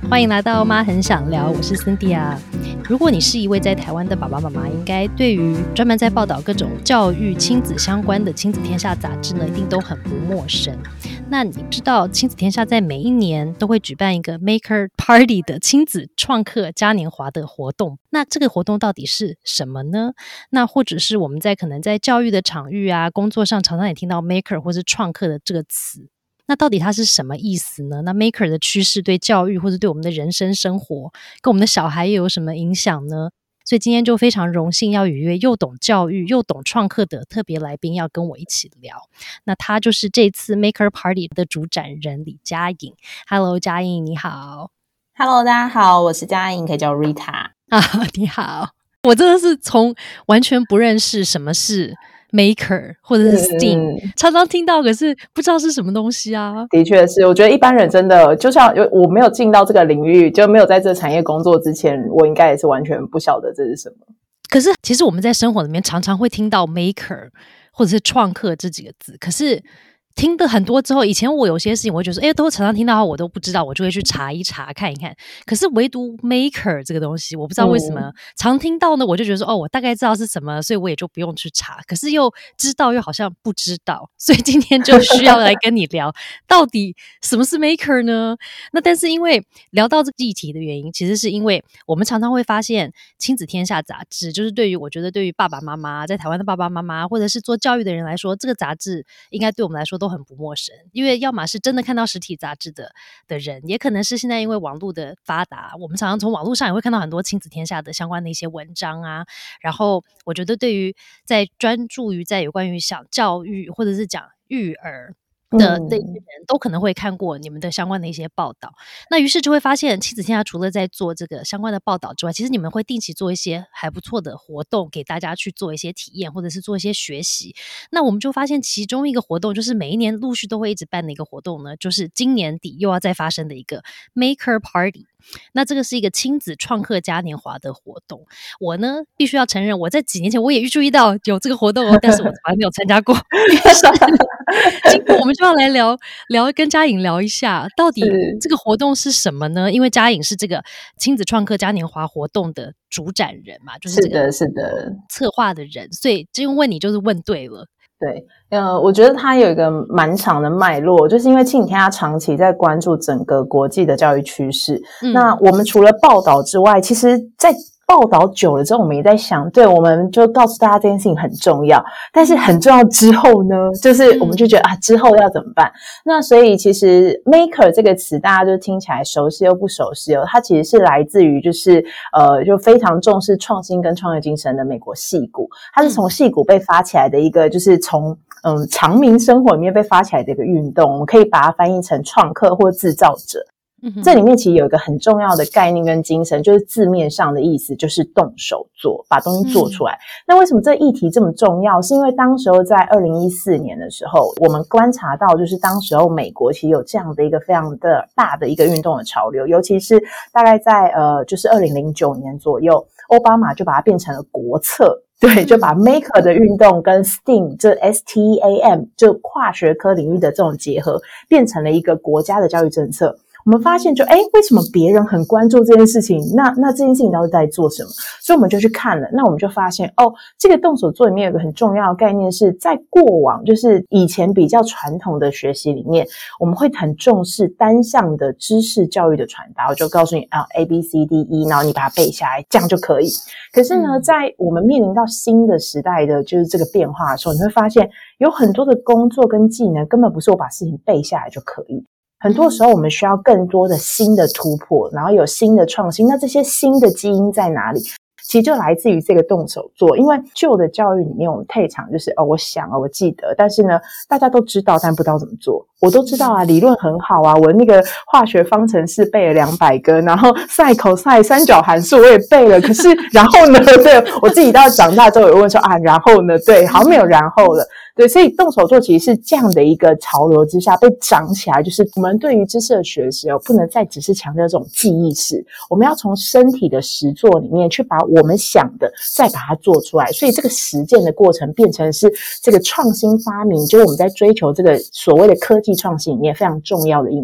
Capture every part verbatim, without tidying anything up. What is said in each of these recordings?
欢迎来到妈很想聊，我是 Cynthia。如果你是一位在台湾的爸爸妈妈，应该对于专门在报道各种教育亲子相关的亲子天下杂志呢，一定都很不陌生。那你知道亲子天下在每一年都会举办一个 Maker Party 的亲子创客嘉年华的活动，那这个活动到底是什么呢？那或者是我们在可能在教育的场域啊，工作上常常也听到 Maker 或是创客的这个词，那到底它是什么意思呢？那 Maker 的趋势对教育或者对我们的人生生活跟我们的小孩又有什么影响呢？所以今天就非常荣幸要预约又懂教育又懂创客的特别来宾要跟我一起聊，那他就是这次 Maker Party 的主展人李佳颖。 Hello 佳颖你好。 Hello 大家好，我是佳颖，可以叫 Rita 啊，你好。我真的是从完全不认识什么是Maker 或者是 Steam、嗯、常常听到可是不知道是什么东西啊。 的确是，我觉得一般人真的就像我没有进到这个领域，就没有在这个产业工作之前，我应该也是完全不晓得这是什么。 可是其实我们在生活里面常常会听到 Maker 或者是创客这几个字，可是听的很多之后，以前我有些事情我会觉得说诶都常常听到我都不知道，我就会去查一查看一看，可是唯独 Maker 这个东西我不知道为什么、嗯、常听到呢，我就觉得说哦我大概知道是什么，所以我也就不用去查，可是又知道又好像不知道，所以今天就需要来跟你聊到底什么是 Maker 呢？那但是因为聊到这个议题的原因，其实是因为我们常常会发现亲子天下杂志就是对于我觉得对于爸爸妈妈，在台湾的爸爸妈妈或者是做教育的人来说，这个杂志应该对我们来说都很不陌生，因为要么是真的看到实体杂志的的人，也可能是现在因为网络的发达，我们常常从网络上也会看到很多亲子天下的相关的一些文章啊。然后我觉得对于在专注于在有关于想教育或者是讲育儿的这些人都可能会看过你们的相关的一些报道，那于是就会发现亲子天下除了在做这个相关的报道之外，其实你们会定期做一些还不错的活动给大家去做一些体验或者是做一些学习。那我们就发现其中一个活动就是每一年陆续都会一直办的一个活动呢，就是今年底又要再发生的一个 Maker Party。那这个是一个亲子创客嘉年华的活动，我呢必须要承认我在几年前我也注意到有这个活动哦，但是我从来没有参加过今天我们就要来聊聊跟佳颖聊一下到底这个活动是什么呢？因为佳颖是这个亲子创客嘉年华活动的主展人嘛，就是这个是的策划的人，所以就问你就是问对了。 对，呃，我觉得它有一个蛮长的脉络，就是因为亲子天下长期在关注整个国际的教育趋势、嗯、那我们除了报道之外，其实在报道久了之后，我们也在想，对，我们就告诉大家这件事情很重要，但是很重要之后呢，就是我们就觉得、嗯、啊，之后要怎么办？那所以其实 Maker 这个词大家就听起来熟悉又不熟悉哦，它其实是来自于就是呃，就非常重视创新跟创业精神的美国矽谷，它是从矽谷被发起来的一个，就是从嗯常民生活里面被发起来的一个运动，我们可以把它翻译成创客或制造者。这里面其实有一个很重要的概念跟精神，就是字面上的意思就是动手做，把东西做出来、嗯、那为什么这议题这么重要？是因为当时候在二零一四年的时候，我们观察到就是当时候美国其实有这样的一个非常的大的一个运动的潮流，尤其是大概在呃就是二零零九年左右，奥巴马就把它变成了国策，对，就把 Maker 的运动跟 STEAM 这 S T E A M 就跨学科领域的这种结合，变成了一个国家的教育政策。我们发现就诶为什么别人很关注这件事情，那那这件事情到底在做什么？所以我们就去看了，那我们就发现哦，这个动手做里面有个很重要的概念，是在过往就是以前比较传统的学习里面，我们会很重视单向的知识教育的传达，我就告诉你啊 A B C D E， 然后你把它背下来，这样就可以。可是呢，在我们面临到新的时代的就是这个变化的时候，你会发现有很多的工作跟技能根本不是我把事情背下来就可以，很多时候我们需要更多的新的突破，然后有新的创新，那这些新的基因在哪里？其实就来自于这个动手做。因为旧的教育里面我们退场就是哦，我想啊，我记得，但是呢大家都知道但不知道怎么做。我都知道啊，理论很好啊，我那个化学方程式背了两百个，然后 sin cos 三角函数我也背了，可是然后呢对，我自己到长大之后有问说啊，然后呢对，好像没有然后了。对，所以动手做其实是这样的一个潮流之下被长起来，就是我们对于知识的学习哦，不能再只是强调这种记忆式，我们要从身体的实作里面去把我们想的再把它做出来，所以这个实践的过程变成是这个创新发明，就是我们在追求这个所谓的科技创新里面非常重要的一环。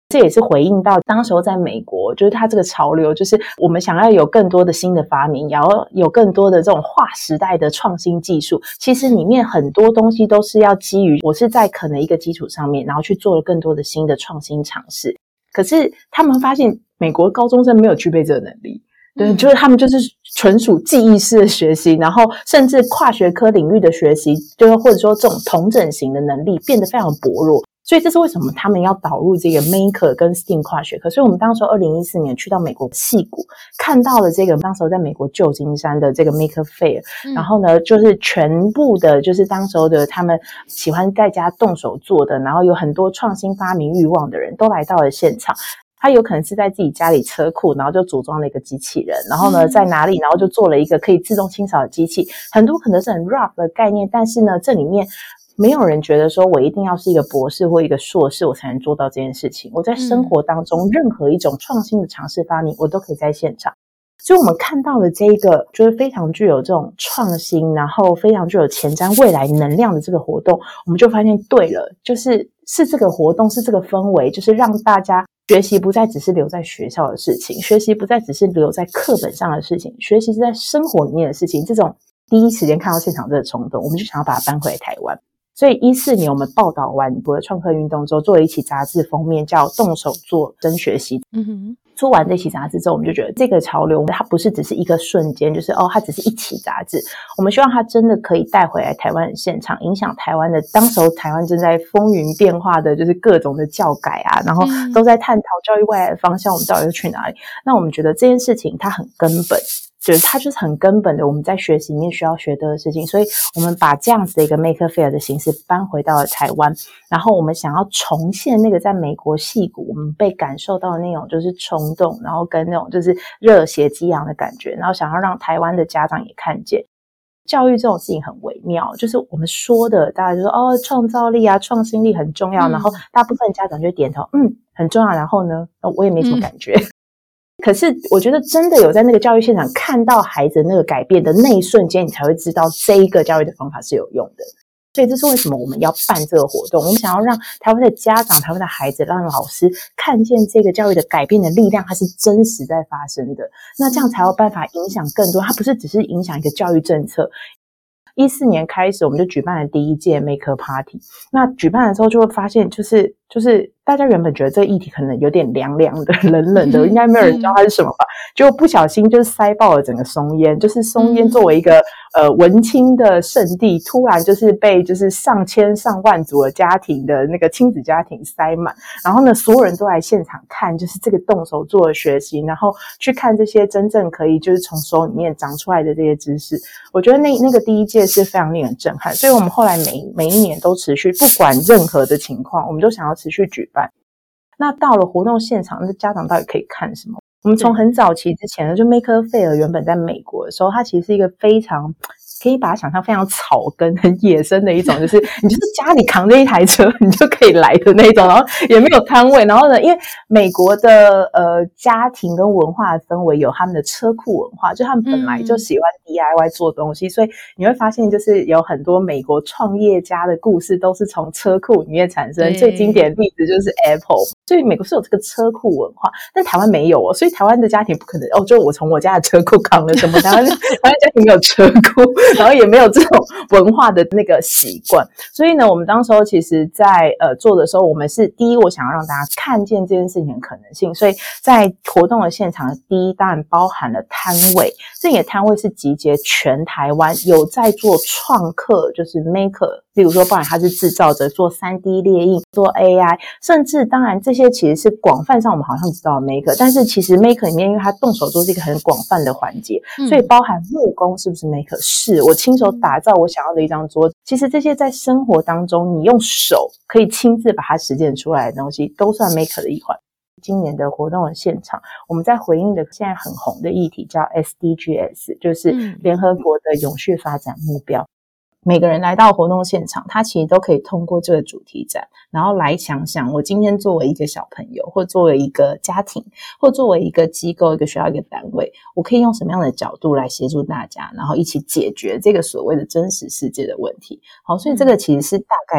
这也是回应到当时候在美国，就是它这个潮流，就是我们想要有更多的新的发明，也要有更多的这种划时代的创新技术，其实里面很多东西都是要基于我是在可能一个基础上面，然后去做了更多的新的创新尝试。可是他们发现美国高中生没有具备这个能力，对，就是他们就是纯属记忆式的学习，然后甚至跨学科领域的学习，就是或者说这种统整型的能力变得非常薄弱。所以这是为什么他们要导入这个 Maker 跟 STEAM 跨学科。所以我们当时二零一四年去到美国矽谷，看到了这个当时在美国旧金山的这个 Maker Fair，嗯，然后呢就是全部的就是当时的他们喜欢在家动手做的，然后有很多创新发明欲望的人都来到了现场。他有可能是在自己家里车库，然后就组装了一个机器人，然后呢在哪里，然后就做了一个可以自动清扫的机器，很多可能是很 rough 的概念，但是呢这里面没有人觉得说我一定要是一个博士或一个硕士我才能做到这件事情，我在生活当中任何一种创新的尝试发明我都可以在现场。所以我们看到了这一个就是非常具有这种创新，然后非常具有前瞻未来能量的这个活动，我们就发现对了，就是是这个活动，是这个氛围，就是让大家学习不再只是留在学校的事情，学习不再只是留在课本上的事情，学习是在生活里面的事情。这种第一时间看到现场这个冲动，我们就想要把它搬回来台湾。所以一四年我们报道完美国的创客运动之后，做了一期杂志封面叫动手做真学习。嗯哼，做完这期杂志之后，我们就觉得这个潮流它不是只是一个瞬间，就是哦它只是一期杂志，我们希望它真的可以带回来台湾的现场，影响台湾的当时候台湾正在风云变化的就是各种的教改啊，然后都在探讨教育未来的方向，我们到底要去哪里。那我们觉得这件事情它很根本，就是它就是很根本的我们在学习里面需要学的事情，所以我们把这样子的一个 Maker Fair 的形式搬回到了台湾，然后我们想要重现那个在美国矽谷我们被感受到的那种就是冲动，然后跟那种就是热血激昂的感觉，然后想要让台湾的家长也看见教育这种事情很微妙，就是我们说的大家就说哦创造力啊创新力很重要，然后大部分家长就点头嗯很重要，然后呢我也没什么感觉、嗯可是我觉得真的有在那个教育现场看到孩子那个改变的那一瞬间，你才会知道这一个教育的方法是有用的。所以这是为什么我们要办这个活动，我们想要让台湾的家长台湾的孩子让老师看见这个教育的改变的力量它是真实在发生的，那这样才有办法影响更多，它不是只是影响一个教育政策。一四年开始我们就举办了第一届 Maker Party， 那举办的时候就会发现就是就是大家原本觉得这个议题可能有点凉凉的冷冷的，应该没有人知道它是什么吧，就不小心就是塞爆了整个松烟，就是松烟作为一个呃文青的圣地，突然就是被就是上千上万组的家庭的那个亲子家庭塞满，然后呢所有人都来现场看就是这个动手做的学习，然后去看这些真正可以就是从手里面长出来的这些知识。我觉得那那个第一届是非常令人震撼，所以我们后来每每一年都持续，不管任何的情况我们都想要持续举办。那到了活动现场，那家长到底可以看什么？我们从很早期之前就 Maker Fair 原本在美国的时候，它其实是一个非常可以把它想象非常草根很野生的一种，就是你就是家里扛着一台车你就可以来的那种，然后也没有摊位，然后呢因为美国的呃家庭跟文化的氛围有他们的车库文化，就他们本来就喜欢 D I Y 做东西、嗯、所以你会发现就是有很多美国创业家的故事都是从车库里面产生，最经典的例子就是 Apple， 所以美国是有这个车库文化，但台湾没有哦，所以台湾的家庭不可能哦，就我从我家的车库扛了什么，台湾台湾家庭没有车库然后也没有这种文化的那个习惯，所以呢我们当时候其实在呃做的时候，我们是第一我想要让大家看见这件事情的可能性，所以在活动的现场第一当然包含了摊位，这个摊位是集结全台湾有在做创客就是 maker， 例如说不然他是制造者做 三 D 列印做 A I， 甚至当然这些其实是广泛上我们好像知道 maker， 但是其实 maker 里面因为他动手做是一个很广泛的环节、嗯、所以包含木工是不是 maker， 是我亲手打造我想要的一张桌子，其实这些在生活当中你用手可以亲自把它实践出来的东西都算 maker 的一环。今年的活动的现场我们在回应的现在很红的议题叫 S D Gs， 就是联合国的永续发展目标、嗯、每个人来到活动现场他其实都可以通过这个主题展然后来想想我今天作为一个小朋友或作为一个家庭或作为一个机构一个学校一个单位，我可以用什么样的角度来协助大家然后一起解决这个所谓的真实世界的问题。好，所以这个其实是大概的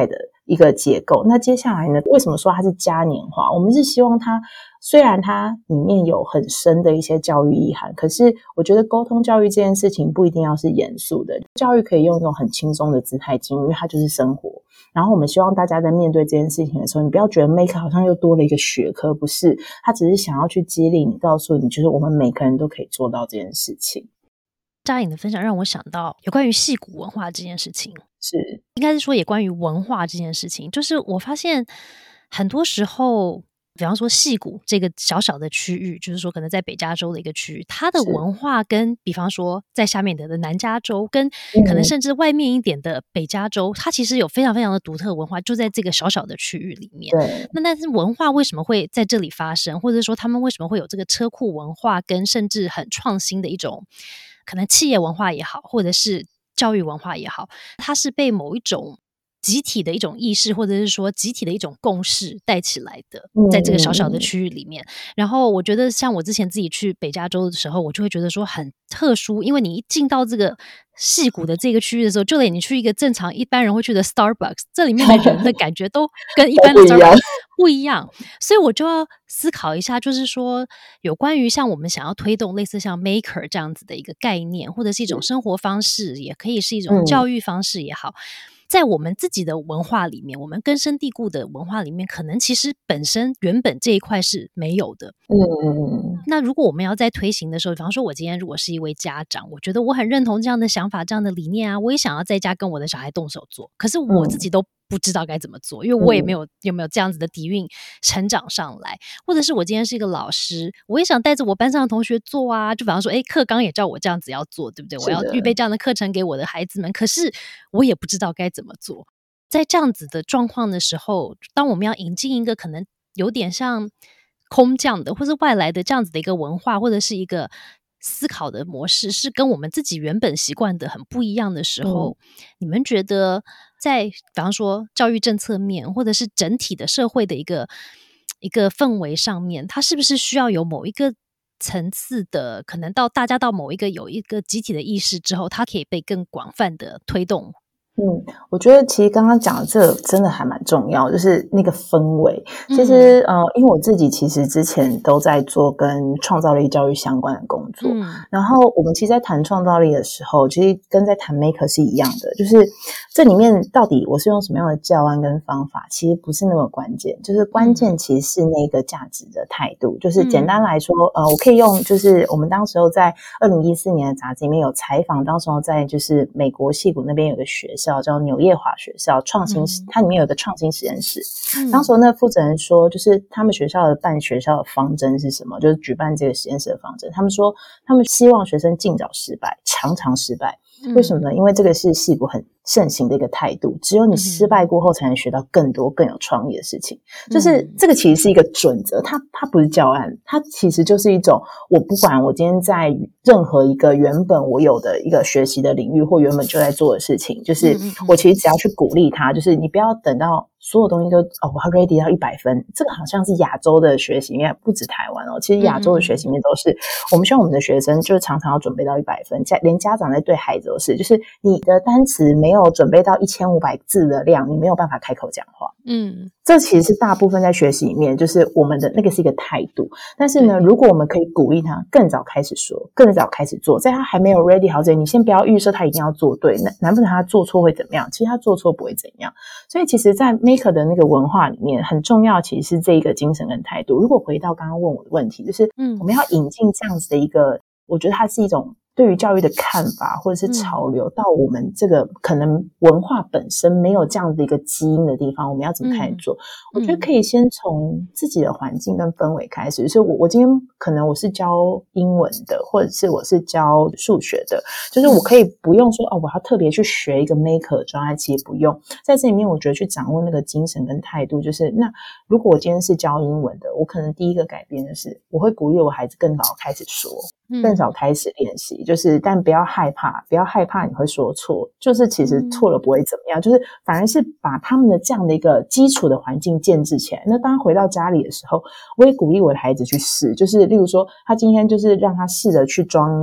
一个结构。那接下来呢，为什么说它是嘉年华？我们是希望它虽然它里面有很深的一些教育意涵，可是我觉得沟通教育这件事情不一定要是严肃的，教育可以用一种很轻松的姿态进入，因为它就是生活。然后我们希望大家在面对这件事情的时候，你不要觉得 make 好像又多了一个学科，不是，它只是想要去激励你，告诉你就是我们每个人都可以做到这件事情。 嘉颖的分享让我想到有关于矽谷文化这件事情， 是应该是说也关于文化这件事情，就是我发现很多时候比方说矽谷这个小小的区域，就是说可能在北加州的一个区域，它的文化跟比方说在下面的南加州跟可能甚至外面一点的北加州、嗯、它其实有非常非常的独特文化，就在这个小小的区域里面。 对， 那但是文化为什么会在这里发生，或者说他们为什么会有这个车库文化跟甚至很创新的一种可能企业文化也好，或者是教育文化也好，它是被某一种集体的一种意识，或者是说集体的一种共识带起来的，在这个小小的区域里面、嗯、然后我觉得像我之前自己去北加州的时候，我就会觉得说很特殊，因为你一进到这个矽谷的这个区域的时候，就连你去一个正常一般人会去的 Starbucks， 这里面的人的感觉都跟一般的 Starbucks 不一样，所以我就要思考一下，就是说有关于像我们想要推动类似像 Maker 这样子的一个概念，或者是一种生活方式，也可以是一种教育方式也好、嗯，在我们自己的文化里面，我们根深蒂固的文化里面，可能其实本身原本这一块是没有的。嗯，那如果我们要在推行的时候，比方说我今天如果是一位家长，我觉得我很认同这样的想法，这样的理念啊，我也想要在家跟我的小孩动手做，可是我自己都不知道该怎么做，因为我也没有有没有这样子的底蕴成长上来，或者是我今天是一个老师，我也想带着我班上的同学做啊，就比方说诶课纲也叫我这样子要做，对不对？我要预备这样的课程给我的孩子们，可是我也不知道该怎么做。在这样子的状况的时候，当我们要引进一个可能有点像空降的或是外来的这样子的一个文化，或者是一个思考的模式，是跟我们自己原本习惯的很不一样的时候、嗯、你们觉得在比方说教育政策面，或者是整体的社会的一个一个氛围上面，它是不是需要有某一个层次的，可能到大家到某一个有一个集体的意识之后，它可以被更广泛的推动？ 嗯，我觉得其实刚刚讲的这个真的还蛮重要，就是那个氛围。其实、嗯、呃，因为我自己其实之前都在做跟创造力教育相关的工作、嗯、然后我们其实在谈创造力的时候，其实跟在谈 maker 是一样的，就是这里面到底我是用什么样的教案跟方法，其实不是那么关键，就是关键其实是那个价值的态度、嗯、就是简单来说呃，我可以用就是我们当时候在二零一四年的杂志里面有采访，当时候在就是美国矽谷那边有个学校叫纽叶华学校创新、嗯、它里面有一个创新实验室、嗯、当时那负责人说就是他们学校的办学校的方针是什么，就是举办这个实验室的方针，他们说他们希望学生尽早失败，常常失败。为什么呢？因为这个是矽谷很盛行的一个态度，只有你失败过后才能学到更多更有创意的事情、嗯、就是这个其实是一个准则，它它不是教案，它其实就是一种我不管我今天在任何一个原本我有的一个学习的领域或原本就在做的事情，就是我其实只要去鼓励它，就是你不要等到所有东西都哦，我要 ready 到一百分，这个好像是亚洲的学习里面，不止台湾哦，其实亚洲的学习里面都是、嗯、我们希望我们的学生就是常常要准备到一百分，连家长在对孩子都是，就是你的单词没有准备到一千五百字的量，你没有办法开口讲话。嗯，这其实是大部分在学习里面，就是我们的那个是一个态度。但是呢，如果我们可以鼓励他更早开始说，更早开始做，在他还没有 ready 好之前，你先不要预设他一定要做对，难不成他做错会怎么样？其实他做错不会怎样。所以其实在 maker 的那个文化里面，很重要其实是这一个精神跟态度。如果回到刚刚问我的问题，就是我们要引进这样子的一个，我觉得它是一种对于教育的看法或者是潮流、嗯、到我们这个可能文化本身没有这样的一个基因的地方，我们要怎么开始做、嗯、我觉得可以先从自己的环境跟氛围开始。就是我我今天可能我是教英文的，或者是我是教数学的，就是我可以不用说哦，我要特别去学一个 maker 专业，其实不用。在这里面我觉得去掌握那个精神跟态度，就是那如果我今天是教英文的，我可能第一个改变的是我会鼓励我孩子更早开始说，更早开始练习，就是但不要害怕，不要害怕你会说错，就是其实错了不会怎么样、嗯、就是反而是把他们的这样的一个基础的环境建制起来。那当他回到家里的时候，我也鼓励我的孩子去试，就是例如说他今天就是让他试着去装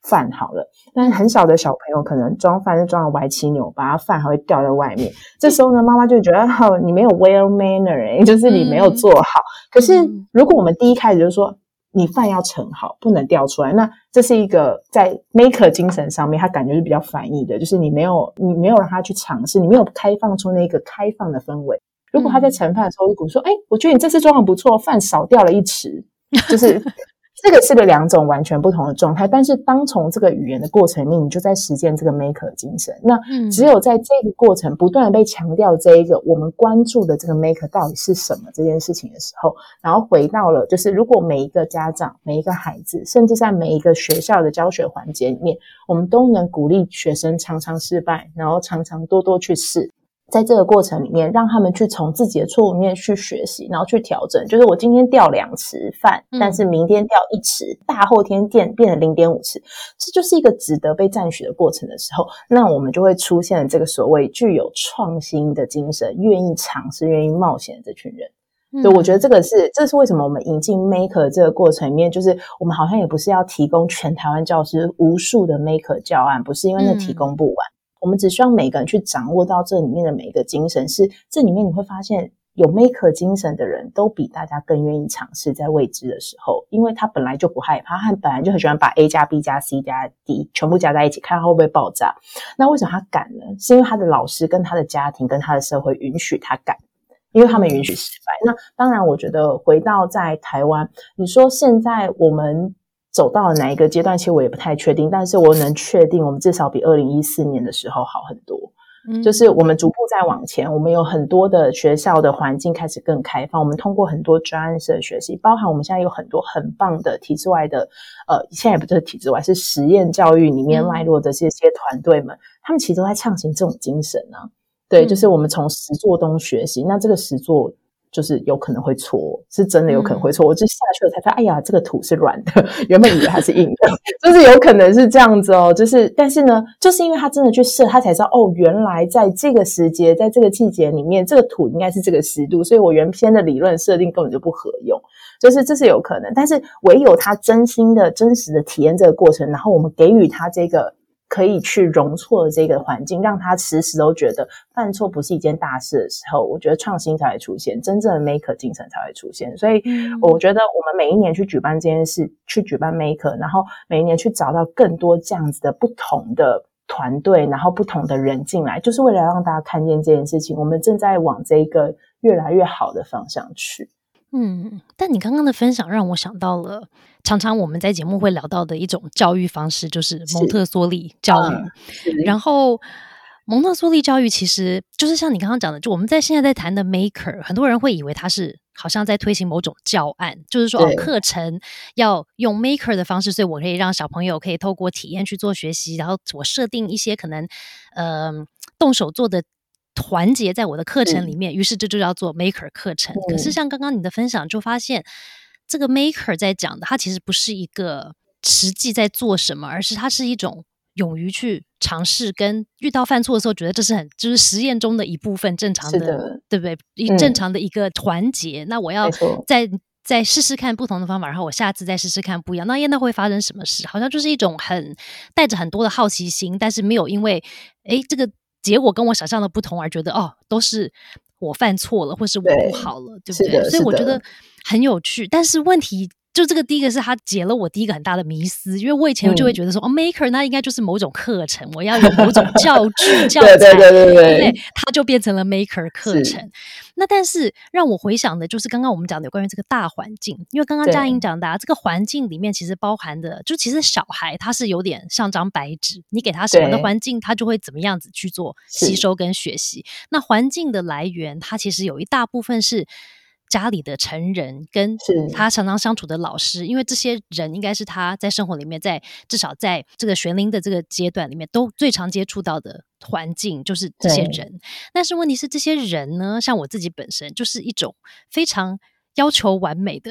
饭好了，但是很小的小朋友可能装饭是装的歪七扭八，饭还会掉在外面。这时候呢，妈妈就觉得哦，你没有 well manner，、欸、就是你没有做好。嗯、可是如果我们第一开始就说你饭要盛好，不能掉出来，那这是一个在 maker 精神上面，他感觉是比较反义的，就是你没有你没有让他去尝试，你没有开放出那个开放的氛围。如果他在盛饭的时候，如果说，哎，我觉得你这次装的不错，饭少掉了一匙，就是这个是个两种完全不同的状态。但是当从这个语言的过程里面，你就在实践这个 maker 精神。那只有在这个过程不断的被强调这一个我们关注的这个 maker 到底是什么这件事情的时候，然后回到了就是如果每一个家长、每一个孩子，甚至在每一个学校的教学环节里面，我们都能鼓励学生常常失败，然后常常多多去试。在这个过程里面，让他们去从自己的错误里面去学习，然后去调整。就是我今天掉两匙饭，但是明天掉一匙，大后天变变成 零点五 匙，这就是一个值得被赞许的过程的时候，那我们就会出现这个所谓具有创新的精神，愿意尝试、愿意冒险的这群人。对，我觉得这个是，这是为什么我们引进 maker 这个过程里面，就是我们好像也不是要提供全台湾教师无数的 maker 教案，不是因为那提供不完。嗯，我们只需要每个人去掌握到这里面的每一个精神，是这里面你会发现有 maker 精神的人都比大家更愿意尝试在未知的时候，因为他本来就不害怕，他本来就很喜欢把 A 加 B 加 C 加 D 全部加在一起，看他会不会爆炸。那为什么他敢呢？是因为他的老师跟他的家庭跟他的社会允许他敢，因为他们允许失败。那当然我觉得回到在台湾，你说现在我们走到了哪一个阶段，其实我也不太确定，但是我能确定我们至少比二零一四年的时候好很多。嗯，就是我们逐步在往前，我们有很多的学校的环境开始更开放，我们通过很多专案式的学习，包含我们现在有很多很棒的体制外的呃，现在也不是体制外，是实验教育里面脉络的这些团队们，他们其实都在畅行这种精神啊。对，就是我们从实作中学习，那这个实作就是有可能会错，是真的有可能会错。嗯、我就下去了才发现，哎呀，这个土是软的，原本以为它是硬的，就是有可能是这样子哦。就是，但是呢，就是因为他真的去试，他才知道哦，原来在这个时节，在这个季节里面，这个土应该是这个湿度，所以我原先的理论设定根本就不合用。就是这是有可能，但是唯有他真心的、真实的体验这个过程，然后我们给予他这个可以去容错的这个环境，让他时时都觉得犯错不是一件大事的时候，我觉得创新才会出现，真正的 maker 精神才会出现。所以我觉得我们每一年去举办这件事，去举办 maker， 然后每一年去找到更多这样子的不同的团队，然后不同的人进来，就是为了让大家看见这件事情，我们正在往这个越来越好的方向去。 嗯，但你刚刚的分享让我想到了常常我们在节目会聊到的一种教育方式，就是蒙特梭利教育。然后蒙特梭利教育其实就是像你刚刚讲的，就我们在现在在谈的 maker， 很多人会以为它是好像在推行某种教案，就是说哦，课程要用 maker 的方式，所以我可以让小朋友可以透过体验去做学习，然后我设定一些可能呃动手做的环节在我的课程里面，嗯、于是这就叫做 maker 课程。嗯、可是像刚刚你的分享就发现，这个 maker 在讲的，它其实不是一个实际在做什么，而是它是一种勇于去尝试，跟遇到犯错的时候，觉得这是很就是实验中的一部分，正常的，的对不对？嗯、正常的一个环节。那我要再再试试看不同的方法，然后我下次再试试看不一样。那那会发生什么事？好像就是一种很带着很多的好奇心，但是没有因为诶这个结果跟我想象的不同而觉得哦，都是我犯错了，或是我不好了， 对, 对不对？所以我觉得很有趣。但是问题就这个第一个是他解了我第一个很大的迷思，因为我以前就会觉得说、嗯、哦 maker 那应该就是某种课程，我要有某种教具教材， 对对对对 对, 对, 对，它就变成了 maker 课程。那但是让我回想的就是刚刚我们讲的有关于这个大环境，因为刚刚佳莹讲的、啊、这个环境里面其实包含的就其实小孩他是有点像张白纸，你给他什么的环境他就会怎么样子去做吸收跟学习。那环境的来源它其实有一大部分是家里的成人跟他常常相处的老师，因为这些人应该是他在生活里面，在至少在这个学龄的这个阶段里面都最常接触到的环境就是这些人。但是问题是这些人呢，像我自己本身就是一种非常要求完美的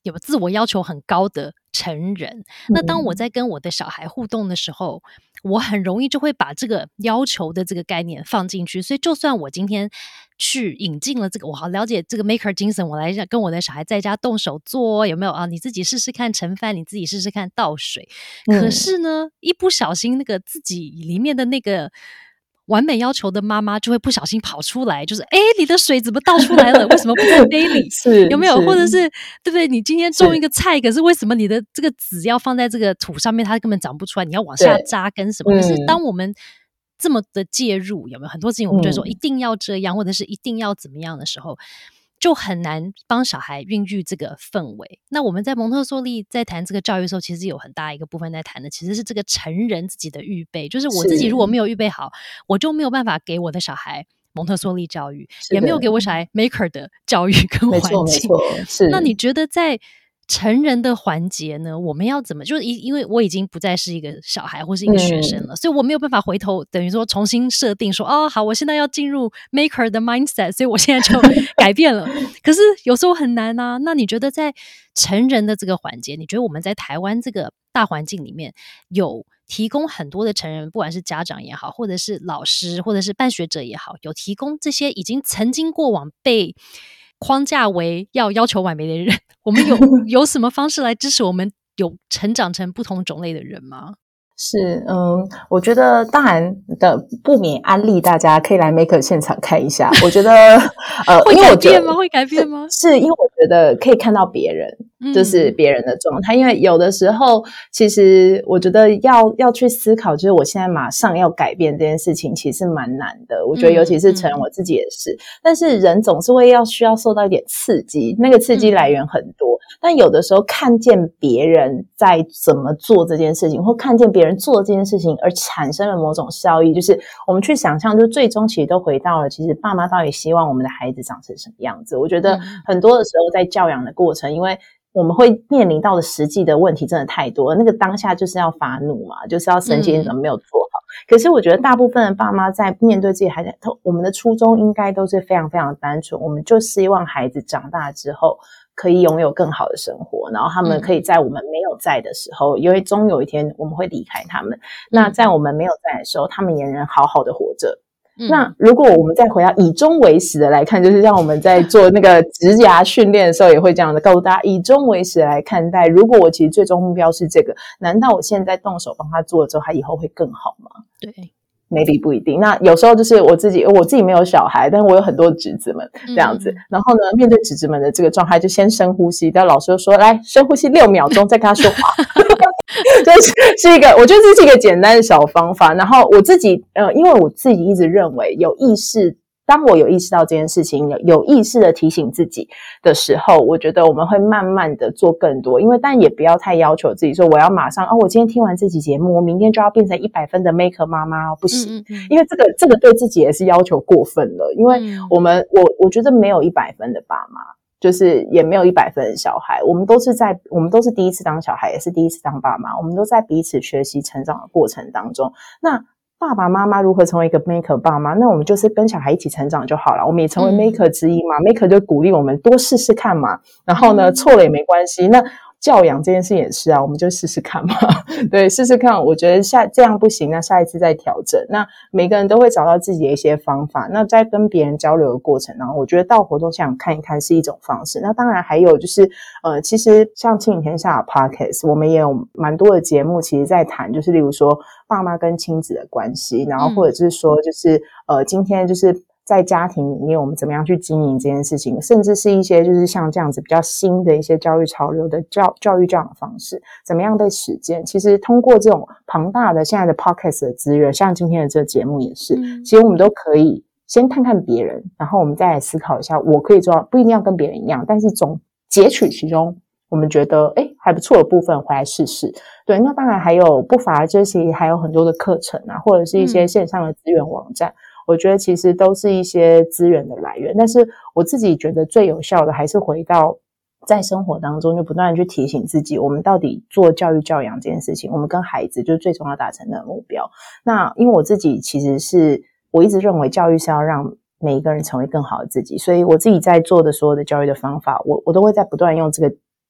有自我要求很高的成人。那当我在跟我的小孩互动的时候，我很容易就会把这个要求的这个概念放进去。所以就算我今天去引进了这个，我好了解这个 maker 精神，我来跟我的小孩在家动手做，有没有啊？你自己试试看盛饭，你自己试试看倒水。可是呢，一不小心那个自己里面的那个完美要求的妈妈就会不小心跑出来，就是哎，你的水怎么倒出来了？为什么不在杯里？ 是有没有？或者是对不对？你今天种一个菜，可是为什么你的这个籽要放在这个土上面，它根本长不出来？你要往下扎根什么？可是当我们这么的介入，有没有很多事情我们就会说一定要这样，或者是一定要怎么样的时候，就很难帮小孩孕育这个氛围。那我们在蒙特梭利在谈这个教育的时候，其实有很大一个部分在谈的其实是这个成人自己的预备，就是我自己如果没有预备好，我就没有办法给我的小孩蒙特梭利教育，也没有给我小孩 maker 的教育跟环境。 没错没错，是。 那你觉得在成人的环节呢，我们要怎么，就是因为我已经不再是一个小孩或是一个学生了、嗯、所以我没有办法回头等于说重新设定说哦好，我现在要进入 maker 的 mindset， 所以我现在就改变了可是有时候很难啊。那你觉得在成人的这个环节，你觉得我们在台湾这个大环境里面有提供很多的成人，不管是家长也好，或者是老师或者是办学者也好，有提供这些已经曾经过往被框架为要要求完美的人，我们有有什么方式来支持我们有成长成不同种类的人吗？ 是，嗯，我觉得当然的不免安利大家可以来 Maker 现场看一下。我觉得，呃， 会改变吗？会改变吗？ 是, 是因为我觉得可以看到别人，嗯、就是别人的状态。因为有的时候，其实我觉得要要去思考，就是我现在马上要改变这件事情，其实蛮难的。我觉得尤其是成人，我自己也是。嗯嗯、但是人总是会要需要受到一点刺激，那个刺激来源很多。嗯、但有的时候看见别人在怎么做这件事情，或看见别人做这件事情而产生了某种效益，就是我们去想象，就最终其实都回到了其实爸妈到底希望我们的孩子长成什么样子。我觉得很多的时候在教养的过程，因为我们会面临到的实际的问题真的太多了，那个当下就是要发怒嘛，就是要生气你怎么没有做好、嗯、可是我觉得大部分的爸妈在面对自己孩子，我们的初衷应该都是非常非常单纯，我们就希望孩子长大之后可以拥有更好的生活，然后他们可以在我们没有在的时候、嗯、因为终有一天我们会离开他们、嗯、那在我们没有在的时候，他们也能好好的活着。嗯、那如果我们再回到以终为始的来看，就是像我们在做那个职涯训练的时候也会这样的告诉大家，以终为始来看待，如果我其实最终目标是这个，难道我现在动手帮他做了之后，他以后会更好吗？ 对 maybe 不一定。那有时候就是我自己我自己没有小孩，但是我有很多侄子们这样子、嗯、然后呢面对侄子们的这个状态，就先深呼吸，但老师就说来深呼吸六秒钟再跟他说话这是是一个，我觉得这是一个简单的小方法。然后我自己呃，因为我自己一直认为有意识，当我有意识到这件事情，有有意识的提醒自己的时候，我觉得我们会慢慢的做更多。因为但也不要太要求自己说我要马上哦，我今天听完这期节目，我明天就要变成一百分的 maker 妈妈哦，不行，嗯嗯嗯因为这个这个对自己也是要求过分了。因为我们、嗯、我我觉得没有一百分的爸妈，就是也没有一百分的小孩，我们都是在我们都是第一次当小孩，也是第一次当爸妈，我们都在彼此学习成长的过程当中。那爸爸妈妈如何成为一个 maker 爸妈，那我们就是跟小孩一起成长就好了，我们也成为 maker 之一嘛、嗯、maker 就鼓励我们多试试看嘛，然后呢、嗯、错了也没关系。那教养这件事也是啊，我们就试试看嘛对，试试看，我觉得下这样不行，那下一次再调整。那每个人都会找到自己的一些方法，那在跟别人交流的过程，然后我觉得到活动现场看一看是一种方式。那当然还有就是呃，其实像亲子天下的 podcast 我们也有蛮多的节目其实在谈，就是例如说爸妈跟亲子的关系，然后或者是说就是呃，今天就是在家庭里面我们怎么样去经营这件事情，甚至是一些就是像这样子比较新的一些教育潮流的教教育教养方式怎么样被实践。其实通过这种庞大的现在的 podcast 的资源，像今天的这个节目也是、嗯、其实我们都可以先看看别人，然后我们再来思考一下我可以做到，不一定要跟别人一样，但是总截取其中我们觉得诶还不错的部分回来试试。对，那当然还有不乏这些还有很多的课程啊，或者是一些线上的资源网站、嗯我觉得其实都是一些资源的来源，但是我自己觉得最有效的还是回到在生活当中就不断的去提醒自己，我们到底做教育教养这件事情，我们跟孩子就是最终要达成的目标。那因为我自己其实是我一直认为教育是要让每一个人成为更好的自己，所以我自己在做的所有的教育的方法，我我都会在不断用这个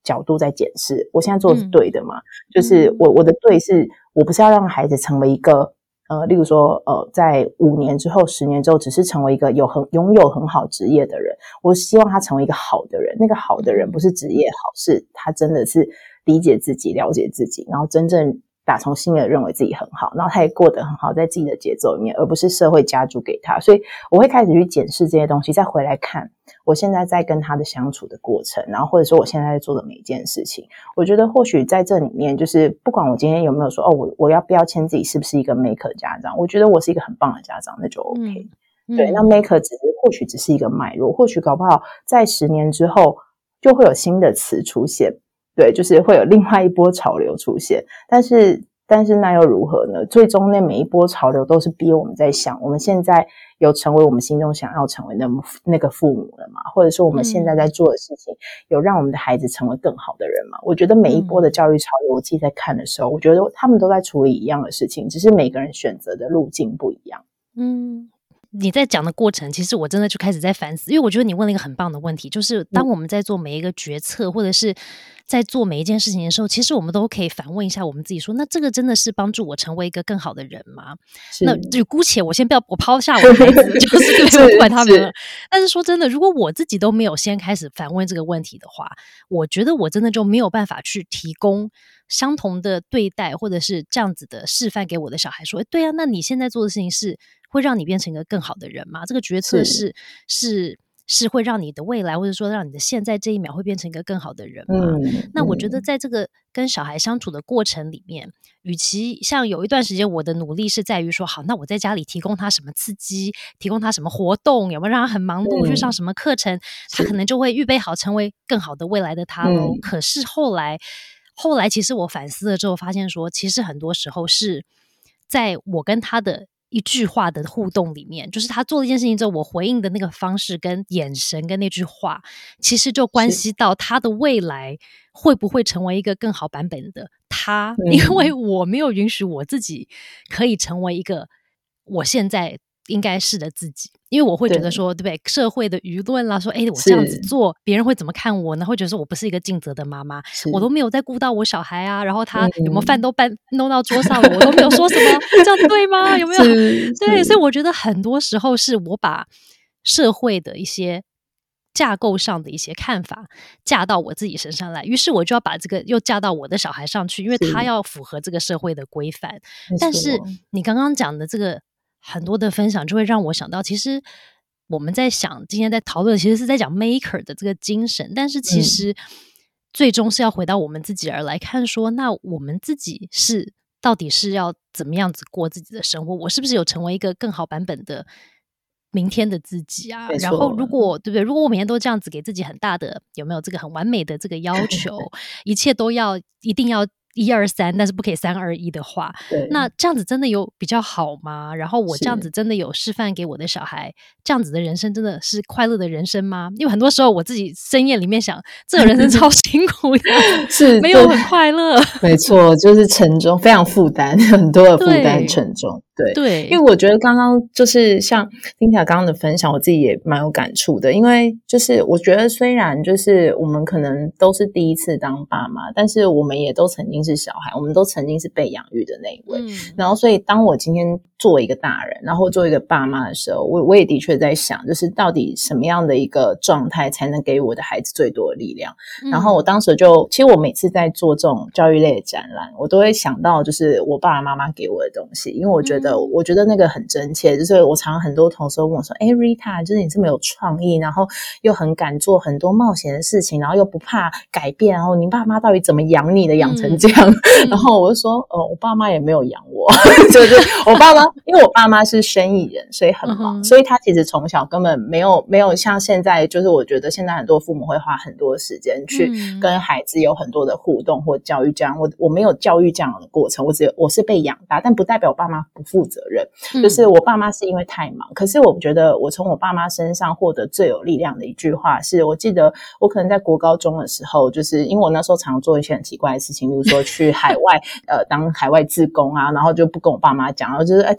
角度在检视我现在做的是对的嘛、嗯、就是我我的对是我不是要让孩子成为一个呃，例如说呃，在五年之后十年之后只是成为一个有很拥有很好职业的人，我希望他成为一个好的人，那个好的人不是职业好，是他真的是理解自己了解自己，然后真正打从心里认为自己很好，然后他也过得很好在自己的节奏里面，而不是社会加诸给他。所以我会开始去检视这些东西，再回来看我现在在跟他的相处的过程，然后或者说我现在在做的每一件事情，我觉得或许在这里面就是不管我今天有没有说哦，我我要标签自己是不是一个 maker 家长，我觉得我是一个很棒的家长，那就 OK、嗯、对、嗯、那 maker 只是或许只是一个脉络，或许搞不好在十年之后就会有新的词出现，对，就是会有另外一波潮流出现，但是但是那又如何呢？最终那每一波潮流都是逼我们在想，我们现在有成为我们心中想要成为的那个父母了吗？或者说我们现在在做的事情有让我们的孩子成为更好的人吗？我觉得每一波的教育潮流我自己在看的时候，我觉得他们都在处理一样的事情，只是每个人选择的路径不一样。 嗯，你在讲的过程其实我真的就开始在反思，因为我觉得你问了一个很棒的问题，就是当我们在做每一个决策、嗯、或者是在做每一件事情的时候，其实我们都可以反问一下我们自己说，那这个真的是帮助我成为一个更好的人吗？那就姑且我先不要我抛下我的孩子就是对我不管他们了，但是说真的，如果我自己都没有先开始反问这个问题的话，我觉得我真的就没有办法去提供相同的对待或者是这样子的示范给我的小孩说，诶对啊，那你现在做的事情是会让你变成一个更好的人吗？这个决策是是是会让你的未来或者说让你的现在这一秒会变成一个更好的人吗？嗯、那我觉得在这个跟小孩相处的过程里面，与其像有一段时间我的努力是在于说好，那我在家里提供他什么刺激，提供他什么活动，有没有让他很忙碌、嗯、去上什么课程，他可能就会预备好成为更好的未来的他咯、嗯、可是后来后来其实我反思了之后发现说，其实很多时候是在我跟他的一句话的互动里面，就是他做了一件事情之后，我回应的那个方式跟眼神跟那句话，其实就关系到他的未来会不会成为一个更好版本的他、嗯、因为我没有允许我自己可以成为一个我现在应该是的自己，因为我会觉得说 对, 对不对，社会的舆论啦，说诶我这样子做别人会怎么看我呢，会觉得说我不是一个尽责的妈妈，我都没有在顾到我小孩啊，然后他有没有饭都搬弄到桌上了、嗯、我都没有说什么这样对吗？有没有？对，所以我觉得很多时候是我把社会的一些架构上的一些看法架到我自己身上来，于是我就要把这个又架到我的小孩上去，因为他要符合这个社会的规范。但是你刚刚讲的这个很多的分享就会让我想到，其实我们在想今天在讨论其实是在讲 maker 的这个精神，但是其实最终是要回到我们自己而来看说，那我们自己是到底是要怎么样子过自己的生活，我是不是有成为一个更好版本的明天的自己啊？然后如果对不对，如果我每天都这样子给自己很大的有没有这个很完美的这个要求一切都要一定要一二三，但是不可以三二一的话，那这样子真的有比较好吗？然后我这样子真的有示范给我的小孩，这样子的人生真的是快乐的人生吗？因为很多时候我自己深夜里面想，这个人生超辛苦的是没有很快乐没错，就是沉重，非常负担，很多的负担沉重。对对，因为我觉得刚刚就是像听起来刚刚的分享，我自己也蛮有感触的。因为就是我觉得虽然就是我们可能都是第一次当爸妈，但是我们也都曾经是小孩，我们都曾经是被养育的那一位、嗯、然后所以当我今天做一个大人，然后做一个爸妈的时候，我我也的确在想，就是到底什么样的一个状态才能给我的孩子最多的力量、嗯、然后我当时就其实我每次在做这种教育类的展览，我都会想到就是我爸爸妈妈给我的东西，因为我觉得、嗯、我觉得那个很真切，就是我常常很多同事问我说，诶 Rita 就是你这么有创意，然后又很敢做很多冒险的事情，然后又不怕改变，然后你爸妈到底怎么养你的养成这样、嗯、然后我就说呃，我爸妈也没有养我就是我爸妈因为我爸妈是生意人，所以很忙、嗯、所以他其实从小根本没有没有像现在，就是我觉得现在很多父母会花很多时间去跟孩子有很多的互动或教育这样，我我没有教育这样的过程，我只有我是被养大，但不代表我爸妈不负责任、嗯、就是我爸妈是因为太忙，可是我觉得我从我爸妈身上获得最有力量的一句话是，我记得我可能在国高中的时候，就是因为我那时候常做一些很奇怪的事情，比如说去海外呃当海外志工啊，然后就不跟我爸妈讲，然后就是哎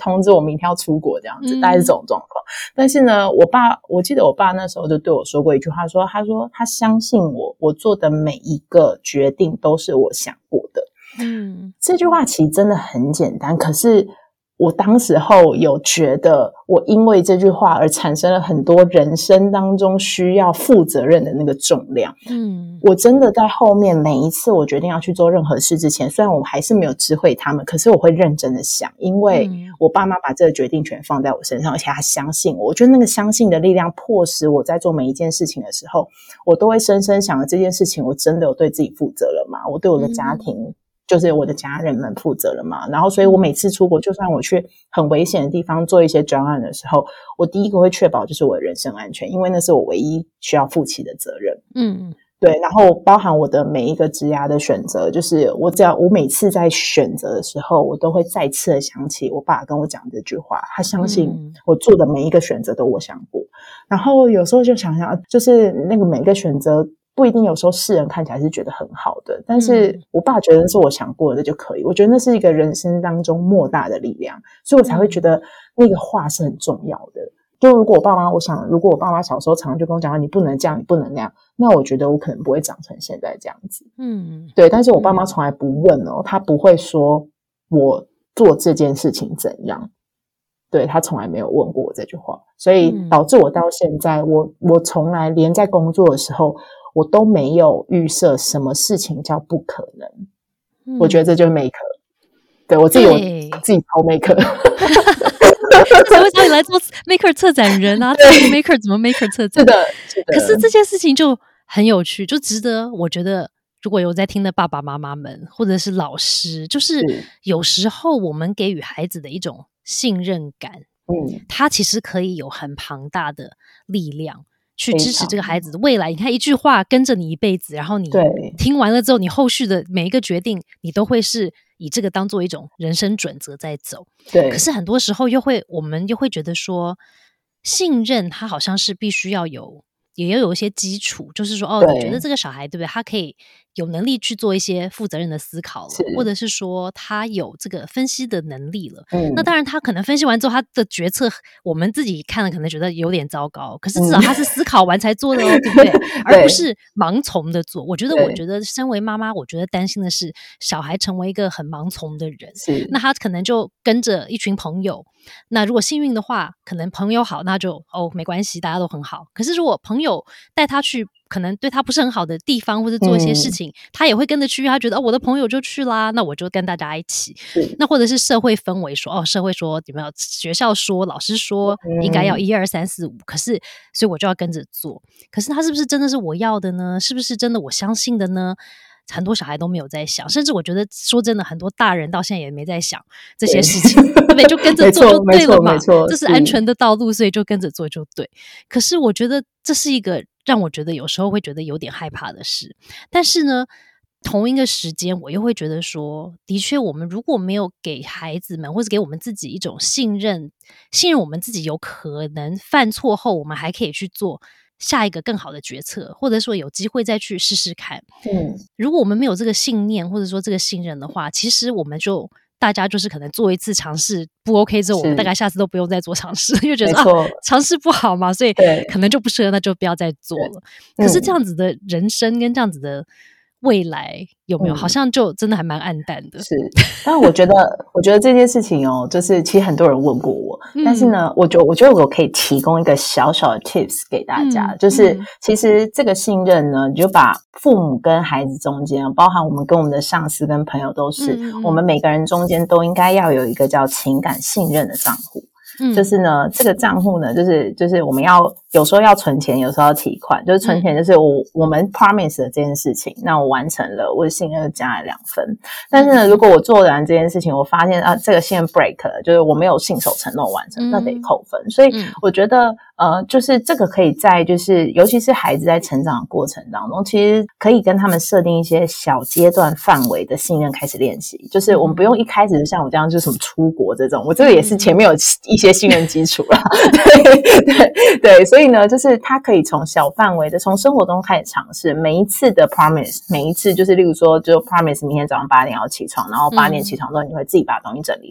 通知我明天要出国这样子， 嗯、 大概是这种状况。但是呢，我爸，我记得我爸那时候就对我说过一句话，说他说他相信我，我做的每一个决定都是我想过的。嗯，这句话其实真的很简单，可是我当时候有觉得我因为这句话而产生了很多人生当中需要负责任的那个重量。嗯，我真的在后面每一次我决定要去做任何事之前，虽然我还是没有知会他们，可是我会认真的想，因为我爸妈把这个决定权放在我身上，而且他相信我。我觉得那个相信的力量迫使我在做每一件事情的时候，我都会深深想了这件事情我真的有对自己负责了吗？我对我的家庭、嗯就是我的家人们负责了嘛，然后所以我每次出国，就算我去很危险的地方做一些专案的时候，我第一个会确保就是我的人身安全，因为那是我唯一需要负起的责任。嗯，对，然后包含我的每一个职涯的选择，就是我只要我每次在选择的时候，我都会再次的想起我爸跟我讲这句话，他相信我做的每一个选择都我想过。然后有时候就想想，就是那个每一个选择不一定有时候世人看起来是觉得很好的，但是我爸觉得是我想过的就可以，我觉得那是一个人生当中莫大的力量，所以我才会觉得那个话是很重要的。就如果我爸妈，我想如果我爸妈小时候常常就跟我讲你不能这样你不能那样，那我觉得我可能不会长成现在这样子。嗯，对，但是我爸妈从来不问哦，他不会说我做这件事情怎样，对，他从来没有问过我这句话，所以导致我到现在我我从来连在工作的时候我都没有预设什么事情叫不可能、嗯、我觉得这就是 maker， 对，我自己我自己超 maker 才会找你来做 maker 策展人啊，这个 maker 怎么 maker 策展？ 是的，是的。 可是这件事情就很有趣，就值得我觉得如果有在听的爸爸妈妈们或者是老师，就是有时候我们给予孩子的一种信任感，嗯，它其实可以有很庞大的力量去支持这个孩子的未来。你看一句话跟着你一辈子，然后你听完了之后，你后续的每一个决定你都会是以这个当做一种人生准则在走。对，可是很多时候又会我们又会觉得说信任它好像是必须要有也要有一些基础，就是说哦，你觉得这个小孩对不对，他可以有能力去做一些负责任的思考了，或者是说他有这个分析的能力了、嗯、那当然他可能分析完之后他的决策我们自己看了可能觉得有点糟糕，可是至少他是思考完才做的哦、嗯、对不对？而不是盲从的做。我觉得我觉得身为妈妈，我觉得担心的是小孩成为一个很盲从的人，那他可能就跟着一群朋友，那如果幸运的话可能朋友好，那就哦没关系，大家都很好。可是如果朋友带他去可能对他不是很好的地方，或者做一些事情、嗯、他也会跟着去，他觉得哦我的朋友就去啦，那我就跟大家一起。那或者是社会氛围说哦社会说有没有学校说老师说应该要一二三四五，可是所以我就要跟着做。可是他是不是真的是我要的呢？是不是真的我相信的呢？很多小孩都没有在想，甚至我觉得说真的很多大人到现在也没在想这些事情，对不对？就跟着做就对了嘛，这是安全的道路，所以就跟着做就对。可是我觉得这是一个让我觉得有时候会觉得有点害怕的事。但是呢同一个时间我又会觉得说的确我们如果没有给孩子们或者给我们自己一种信任，信任我们自己有可能犯错后我们还可以去做下一个更好的决策，或者说有机会再去试试看。嗯，如果我们没有这个信念或者说这个信任的话，其实我们就大家就是可能做一次尝试不 OK 之后，我们大概下次都不用再做尝试，因为觉得啊尝试不好嘛，所以可能就不适合，那就不要再做了。可是这样子的人生跟这样子的未来有没有、嗯、好像就真的还蛮暗淡的。 是，但我觉得我觉得这件事情哦，就是其实很多人问过我、嗯、但是呢我觉得我觉得我可以提供一个小小的 tips 给大家、嗯、就是其实这个信任呢，你就把父母跟孩子中间，包含我们跟我们的上司跟朋友都是、嗯、我们每个人中间都应该要有一个叫情感信任的账户。嗯，就是呢这个账户呢就是就是我们要有时候要存钱，有时候要提款。就是存钱就是我、嗯、我们 promise 的这件事情，那我完成了，我的信任加了两分。但是呢如果我做完这件事情我发现啊这个信任 break 了，就是我没有信守承诺完成、嗯、那得扣分。所以我觉得呃就是这个可以在就是尤其是孩子在成长的过程当中，其实可以跟他们设定一些小阶段范围的信任开始练习。就是我们不用一开始就像我这样就是什么出国这种，我这个也是前面有一些信任基础啦对对对，所以呢就是他可以从小范围的从生活中开始尝试，每一次的 promise， 每一次就是例如说就 promise 明天早上八点要起床，然后八点起床之后你会自己把东西整理好、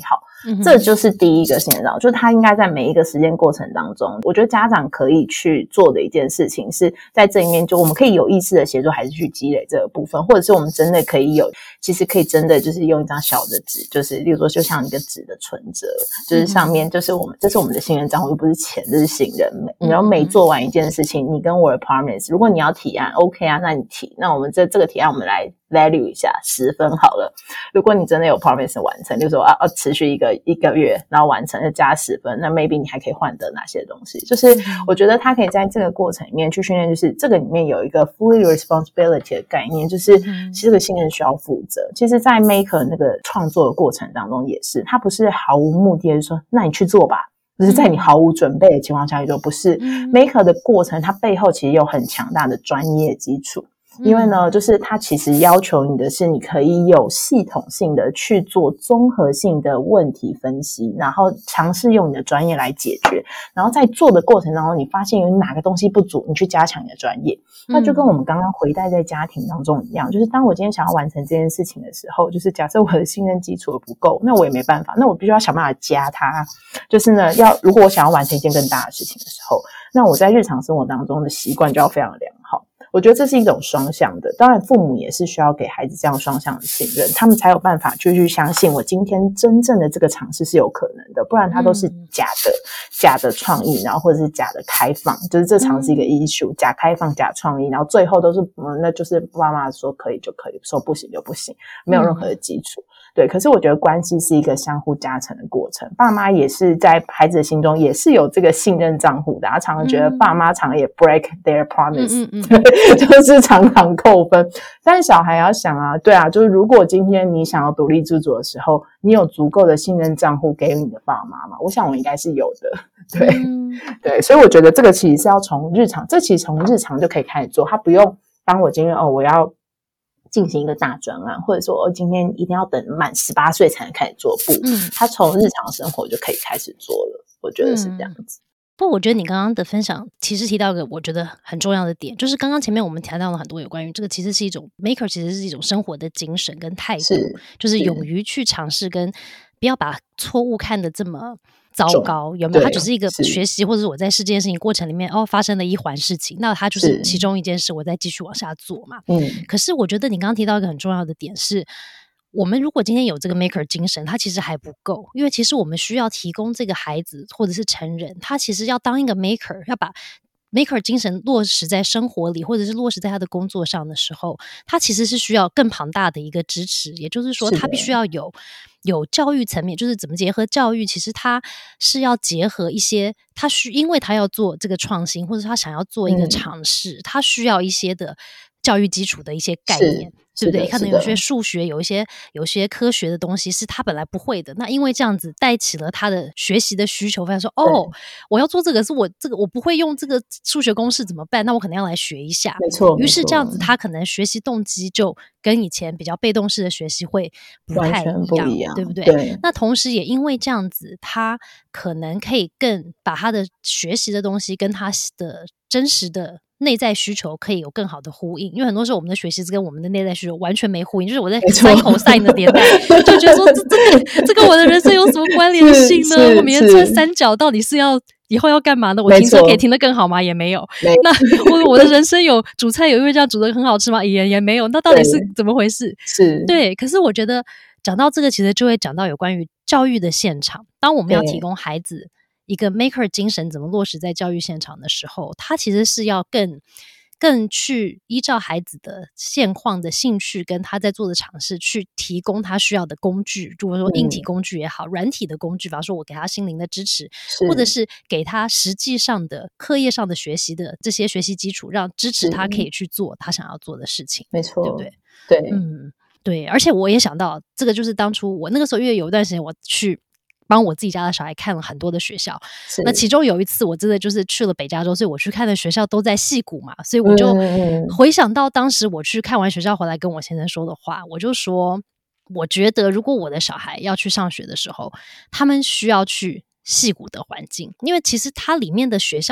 嗯、这就是第一个信任障碍，就是他应该在每一个实践过程当中，我觉得家长可以去做的一件事情是在这里面，就我们可以有意识的协助孩子去积累这个部分，或者是我们真的可以有，其实可以真的就是用一张小的纸，就是例如说就像一个纸的存折，就是上面就是我们这是我们的信任账户，又不是钱，这是信任。你要每做完一件事情，你跟我的 promise， 如果你要提案 OK 啊，那你提，那我们这这个提案我们来 value 一下十分好了。如果你真的有 promise 完成，就是说啊，要持续一个一个月，然后完成就加十分，那 maybe 你还可以换得哪些东西？就是我觉得他可以在这个过程里面去训练，就是这个里面有一个 fully responsibility 的概念，就是其实这个信任需要负责。其实，在 Maker 那个创作的过程当中也是，他不是毫无目的的说，那你去做吧。就是在你毫无准备的情况下去做，不是 Maker 的过程，它背后其实有很强大的专业基础。因为呢，就是它其实要求你的是，你可以有系统性的去做综合性的问题分析，然后尝试用你的专业来解决，然后在做的过程当中，你发现有哪个东西不足，你去加强你的专业。那就跟我们刚刚回带在家庭当中一样，就是当我今天想要完成这件事情的时候，就是假设我的信任基础不够，那我也没办法，那我必须要想办法加它。就是呢，要如果我想要完成一件更大的事情的时候，那我在日常生活当中的习惯就要非常良好。我觉得这是一种双向的，当然父母也是需要给孩子这样双向的信任，他们才有办法就去相信我今天真正的这个尝试是有可能的，不然它都是假的、嗯、假的创意，然后或者是假的开放，就是这常是一个 issue、嗯、假开放假创意，然后最后都是、嗯、那就是爸妈说可以就可以，说不行就不行，没有任何的基础、嗯对，可是我觉得关系是一个相互加成的过程，爸妈也是在孩子的心中也是有这个信任账户的，他常常觉得爸妈常常也 break their promise、嗯嗯嗯、就是常常扣分。但是小孩要想啊，对啊，就是如果今天你想要独立自主的时候，你有足够的信任账户给你的爸妈吗？我想我应该是有的。对、嗯、对，所以我觉得这个其实是要从日常，这其实从日常就可以开始做，他不用当我今天哦我要进行一个大专案，或者说、哦、今天一定要等满十八岁才能开始做，不、嗯、他从日常生活就可以开始做了，我觉得是这样子、嗯、 不过我觉得你刚刚的分享其实提到一个我觉得很重要的点，就是刚刚前面我们谈到了很多有关于这个其实是一种 maker 其实是一种生活的精神跟态度，是就是勇于去尝试跟不要把错误看得这么糟糕，有没有？它只是一个学习，或者是我在试这件事情过程里面哦发生了一环事情，那它就是其中一件事，我再继续往下做嘛。嗯，可是我觉得你刚刚提到一个很重要的点是，我们如果今天有这个 maker 精神，它其实还不够，因为其实我们需要提供这个孩子或者是成人，他其实要当一个 maker， 要把maker 精神落实在生活里，或者是落实在他的工作上的时候，他其实是需要更庞大的一个支持，也就是说他必须要有有教育层面，就是怎么结合教育，其实他是要结合一些他需因为他要做这个创新，或者他想要做一个尝试、嗯、他需要一些的教育基础的一些概念，对不对？可能有些数学，有一些有一些科学的东西是他本来不会的，那因为这样子带起了他的学习的需求，发现说哦，我要做这个是我这个我不会用这个数学公式怎么办？那我可能要来学一下。 没错， 于是这样子他可能学习动机就跟以前比较被动式的学习会不太一 样, 不一样对不 对, 对？那同时也因为这样子，他可能可以更把他的学习的东西跟他的真实的内在需求可以有更好的呼应，因为很多时候我们的学习跟我们的内在需求完全没呼应，就是我在塞口塞的年代就觉得说这这个这跟我的人生有什么关联性呢？我明天穿三角到底是要以后要干嘛呢？我停车可以停得更好吗？也没有。那我我的人生有煮菜有因为这样煮得很好吃吗？也也没有。那到底是怎么回事？ 是对。可是我觉得讲到这个，其实就会讲到有关于教育的现场，当我们要提供孩子一个 maker 精神怎么落实在教育现场的时候，他其实是要更更去依照孩子的现况的兴趣跟他在做的尝试去提供他需要的工具，如果说硬体工具也好、嗯、软体的工具，比方说我给他心灵的支持，或者是给他实际上的课业上的学习的这些学习基础，让支持他可以去做他想要做的事情， 没错， 对不对？ 对， 嗯，对。而且我也想到这个，就是当初我那个时候因为有一段时间我去帮我自己家的小孩看了很多的学校，那其中有一次我真的就是去了北加州，所以我去看的学校都在矽谷嘛，所以我就回想到当时我去看完学校回来跟我先生说的话，我就说我觉得如果我的小孩要去上学的时候，他们需要去矽谷的环境，因为其实它里面的学校在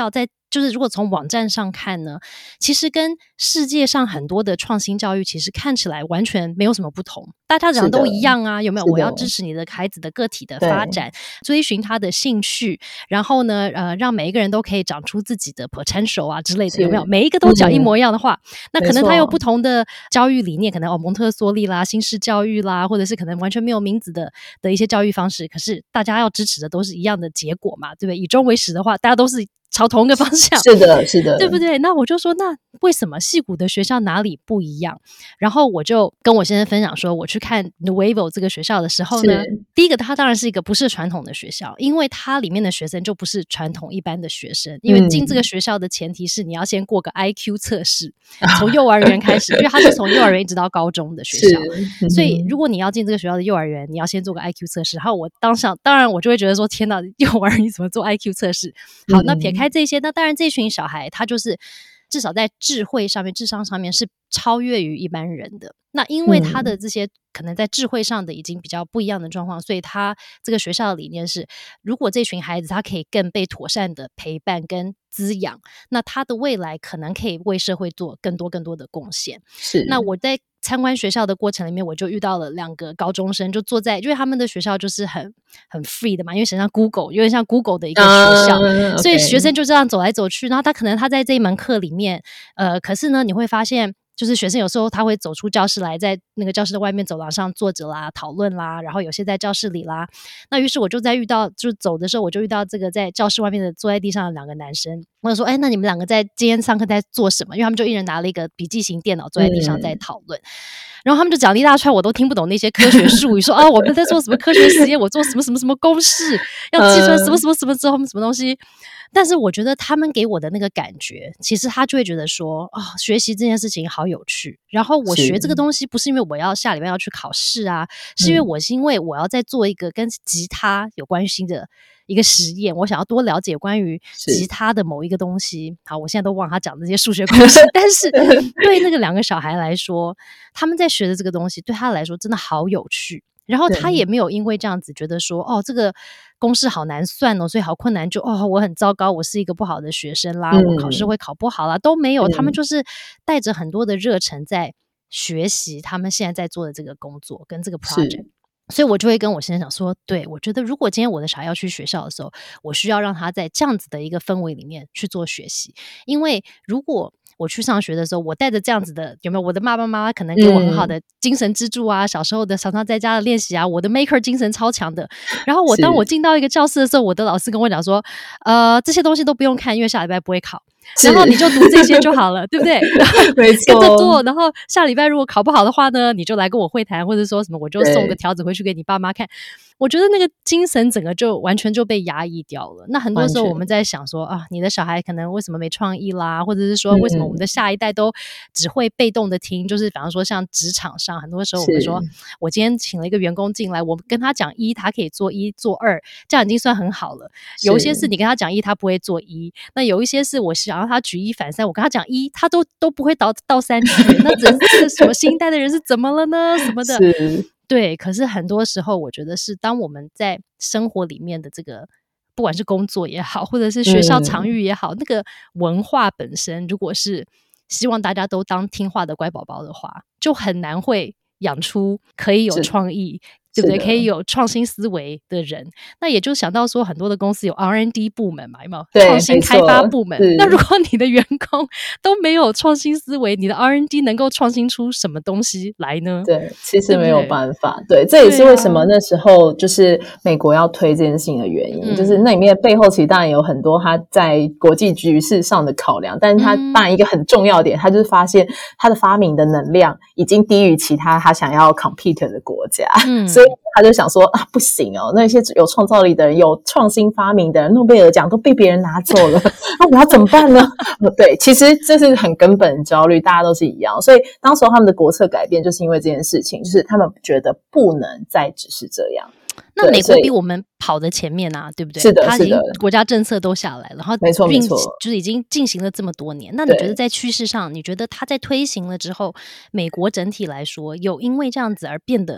就是如果从网站上看呢，其实跟世界上很多的创新教育其实看起来完全没有什么不同，大家讲的都一样啊，有没有？我要支持你的孩子的个体的发展，追寻他的兴趣，然后呢呃，让每一个人都可以长出自己的 potential 啊之类的，有没有？每一个都讲一模一样的话、嗯、那可能他有不同的教育理念，可能哦蒙特梭利啦、新式教育啦，或者是可能完全没有名字的的一些教育方式，可是大家要支持的都是一样的结果嘛，对不对？以终为始的话，大家都是朝同一个方向， 是的是的， 对不对？那我就说，那为什么矽谷的学校哪里不一样？然后我就跟我先生分享说，我去看 Nuevo 这个学校的时候呢，第一个它当然是一个不是传统的学校，因为它里面的学生就不是传统一般的学生，因为进这个学校的前提是你要先过个 I Q 测试，从幼儿园开始，因为它是从幼儿园一直到高中的学校，所以如果你要进这个学校的幼儿园，你要先做个 I Q 测试。然后我当上当然我就会觉得说，天哪，幼儿园你怎么做 I Q 测试？好，那撇开这些，那当然这群小孩他就是至少在智慧上面、智商上面是超越于一般人的。那因为他的这些可能在智慧上的已经比较不一样的状况，所以他这个学校的理念是，如果这群孩子他可以更被妥善的陪伴跟滋养，那他的未来可能可以为社会做更多更多的贡献。是，那我在参观学校的过程里面，我就遇到了两个高中生，就坐在，因为他们的学校就是很很 free 的嘛，因为像 Google 有点像 Google 的一个学校、uh, okay. 所以学生就这样走来走去，然后他可能他在这一门课里面呃，可是呢你会发现就是学生有时候他会走出教室来，在那个教室的外面走廊上坐着啦，讨论啦，然后有些在教室里啦。那于是我就在遇到就走的时候，我就遇到这个在教室外面的坐在地上的两个男生，我就说哎，那你们两个在今天上课在做什么？因为他们就一人拿了一个笔记型电脑坐在地上在讨论、嗯、然后他们就讲了一大串我都听不懂那些科学术语，说啊我们在做什么科学实验，我做什么什么什么公式，要计算什么什么什么之后什么东西。但是我觉得他们给我的那个感觉，其实他就会觉得说哦，学习这件事情好有趣，然后我学这个东西不是因为我要下礼拜要去考试啊，是因为我是因为我要再做一个跟吉他有关系的一个实验，我想要多了解关于吉他的某一个东西。好，我现在都忘他讲这些数学公式但是对那个两个小孩来说，他们在学的这个东西对他来说真的好有趣，然后他也没有因为这样子觉得说哦这个公式好难算哦，所以好困难，就哦我很糟糕，我是一个不好的学生啦、嗯、我考试会考不好啦，都没有、嗯、他们就是带着很多的热忱在学习他们现在在做的这个工作跟这个 project。所以我就会跟我先生讲说，对，我觉得如果今天我的小孩要去学校的时候，我需要让他在这样子的一个氛围里面去做学习，因为如果我去上学的时候，我带着这样子的，有没有？我的爸爸妈妈可能给我很好的精神支柱啊，嗯、小时候的常常在家的练习啊，我的 maker 精神超强的。然后我当我进到一个教室的时候，我的老师跟我讲说，呃，这些东西都不用看，因为下礼拜不会考。然后你就读这些就好了对不对？没错，跟着做，然后下礼拜如果考不好的话呢，你就来跟我会谈，或者说什么我就送个条子回去给你爸妈看。我觉得那个精神整个就完全就被压抑掉了。那很多时候我们在想说啊，你的小孩可能为什么没创意啦，或者是说为什么我们的下一代都只会被动的听、嗯、就是比方说像职场上很多时候我们说我今天请了一个员工进来，我跟他讲一，他可以做一做二，这样已经算很好了。有一些是你跟他讲一他不会做一，那有一些是我想让他举一反三，我跟他讲一他都都不会到到三去，那这是什么新一代的人是怎么了呢什么的。对，可是很多时候我觉得是当我们在生活里面的这个不管是工作也好，或者是学校场域也好、嗯、那个文化本身如果是希望大家都当听话的乖宝宝的话，就很难会养出可以有创意对不对？可以有创新思维的人。那也就想到说很多的公司有 R and D 部门嘛，有没有创新开发部门？那如果你的员工都没有创新思维，你的 R and D 能够创新出什么东西来呢？对，其实没有办法。 对, 对，这也是为什么那时候就是美国要推这件事情的原因、嗯、就是那里面背后其实当然有很多他在国际局势上的考量，但是他当然一个很重要的点、嗯、他就是发现他的发明的能量已经低于其他他想要 compete 的国家、嗯、所以他就想说啊，不行哦，那些有创造力的人有创新发明的人诺贝尔奖都被别人拿走了那我要怎么办呢对，其实这是很根本的焦虑，大家都是一样。所以当时候他们的国策改变就是因为这件事情，就是他们觉得不能再只是这样。那美国比我们跑在前面啊，对不对？是的，他已经国家政策都下来了，然后没错没错，就是已经进行了这么多年。那你觉得在趋势上，你觉得他在推行了之后，美国整体来说有因为这样子而变得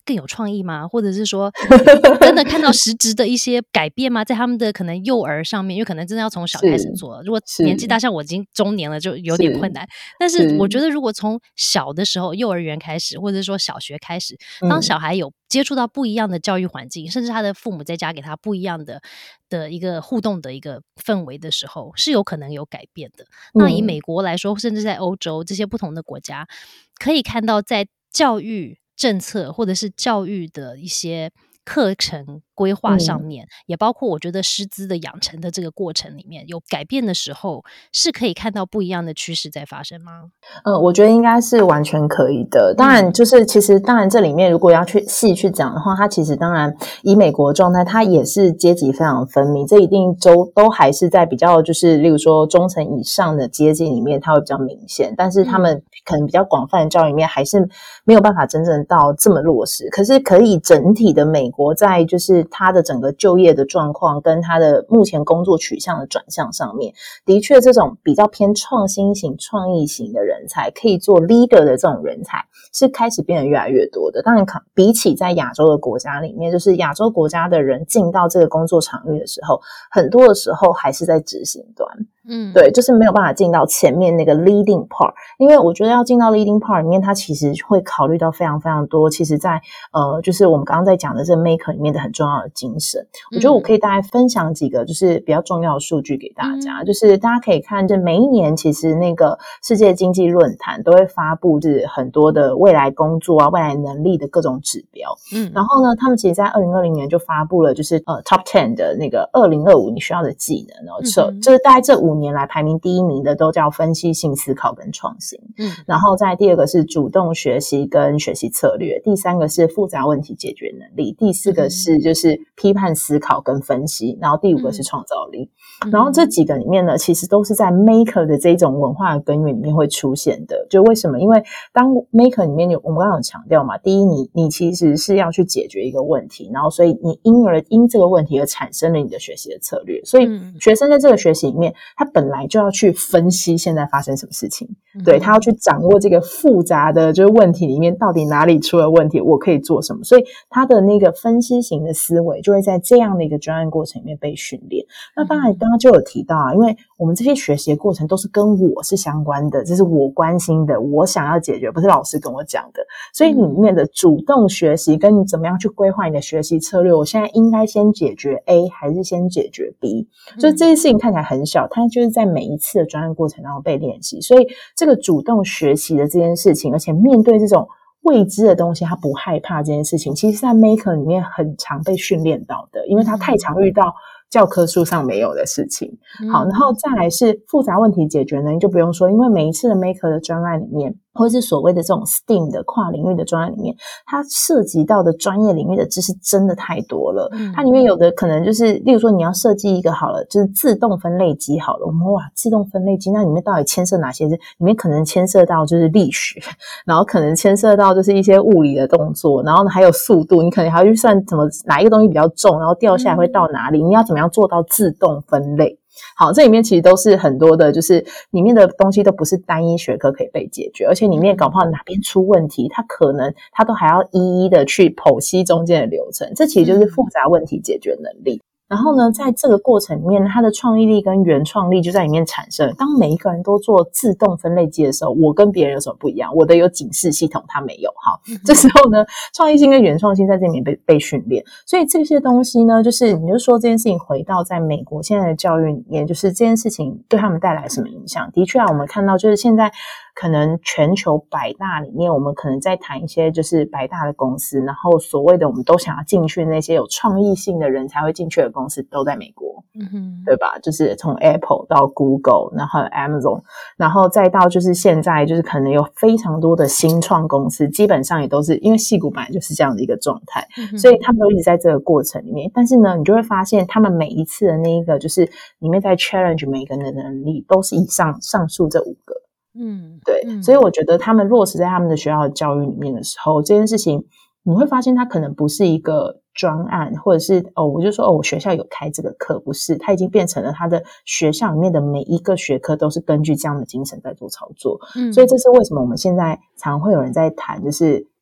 更有创意吗？或者是说真的看到实质的一些改变吗？在他们的可能幼儿上面，因为可能真的要从小开始做，如果年纪大像我已经中年了就有点困难，但是我觉得如果从小的时候幼儿园开始，或者说小学开始，当小孩有接触到不一样的教育环境，甚至他的父母在家给他不一样的的一个互动的一个氛围的时候，是有可能有改变的。那以美国来说，甚至在欧洲这些不同的国家，可以看到在教育政策或者是教育的一些课程规划上面、嗯、也包括我觉得师资的养成的这个过程里面有改变的时候，是可以看到不一样的趋势在发生吗？ 呃，我觉得应该是完全可以的。当然就是其实当然这里面如果要去细去讲的话，它其实当然以美国的状态，它也是阶级非常分明，这一定都都还是在比较就是例如说中层以上的阶级里面它会比较明显，但是他们可能比较广泛的教育里面还是没有办法真正到这么落实。可是可以整体的美国在就是它的整个就业的状况跟它的目前工作取向的转向上面，的确这种比较偏创新型创意型的人才可以做 leader 的这种人才是开始变得越来越多的。当然比起在亚洲的国家里面，就是亚洲国家的人进到这个工作场域的时候，很多的时候还是在执行端，嗯，对，就是没有办法进到前面那个 leading part。 因为我觉得要进到 leading part 里面，它其实会考虑到非常非常多，其实在呃，就是我们刚刚在讲的这个 maker 里面的很重要的精神。我觉得我可以大概分享几个就是比较重要的数据给大家、嗯、就是大家可以看，就每一年其实那个世界经济论坛都会发布就是很多的未来工作啊未来能力的各种指标，嗯，然后呢他们其实在二零二零年就发布了就是呃 top 十 的那个二零二五你需要的技能哦，嗯、就是大概这五年来排名第一名的都叫分析性思考跟创新，嗯，然后再第二个是主动学习跟学习策略，第三个是复杂问题解决能力，第四个是就是批判思考跟分析，然后第五个是创造力、嗯、然后这几个里面呢其实都是在 maker 的这种文化的根源里面会出现的。就为什么？因为当 maker 里面有我们刚刚有强调嘛，第一你你其实是要去解决一个问题，然后所以你因而因这个问题而产生了你的学习的策略，所以学生在这个学习里面他本来就要去分析现在发生什么事情、嗯、对，他要去掌握这个复杂的就是问题里面到底哪里出了问题，我可以做什么，所以他的那个分析型的思维就会在这样的一个专案过程里面被训练。那当然刚刚就有提到啊，因为我们这些学习的过程都是跟我是相关的，这是我关心的，我想要解决，不是老师跟我讲的，所以里面的主动学习跟你怎么样去规划你的学习策略，我现在应该先解决 A 还是先解决 B， 就是这些事情看起来很小，它就是在每一次的专案过程当中被练习。所以这个主动学习的这件事情，而且面对这种未知的东西他不害怕这件事情，其实在 maker 里面很常被训练到的，因为他太常遇到教科书上没有的事情。好，然后再来是复杂问题解决呢，你就不用说，因为每一次的 maker 的专案里面，或是所谓的这种 S T E A M 的跨领域的专案里面，它涉及到的专业领域的知识真的太多了、嗯、它里面有的可能就是例如说你要设计一个好了就是自动分类机好了，我们哇自动分类机那里面到底牵涉哪些，里面可能牵涉到就是力学，然后可能牵涉到就是一些物理的动作，然后还有速度，你可能还要去算怎么哪一个东西比较重，然后掉下来会到哪里、嗯、你要怎么样做到自动分类。好，这里面其实都是很多的就是里面的东西都不是单一学科可以被解决，而且里面搞不好哪边出问题，它可能它都还要一一的去剖析中间的流程，这其实就是复杂问题解决能力。然后呢在这个过程里面他的创意力跟原创力就在里面产生。当每一个人都做自动分类机的时候，我跟别人有什么不一样？我的有警示系统，他没有。好，这时候呢创意性跟原创性在这里面被被训练。所以这些东西呢就是你就说这件事情回到在美国现在的教育里面，就是这件事情对他们带来什么影响。的确啊，我们看到就是现在可能全球百大里面，我们可能在谈一些就是百大的公司，然后所谓的我们都想要进去那些有创意性的人才会进去的公司都在美国、嗯、哼对吧？就是从 Apple 到 Google 然后 Amazon 然后再到就是现在就是可能有非常多的新创公司，基本上也都是因为矽谷本来就是这样的一个状态、嗯、所以他们都一直在这个过程里面。但是呢你就会发现他们每一次的那一个就是里面在 challenge 每个人的能力都是以上上述这五个。嗯，对、嗯，所以我觉得他们落实在他们的学校的教育里面的时候，这件事情你会发现它可能不是一个专案，或者是哦，我就说哦，我学校有开这个课，不是，它已经变成了他的学校里面的每一个学科都是根据这样的精神在做操作。嗯，所以这是为什么我们现在常会有人在谈，就是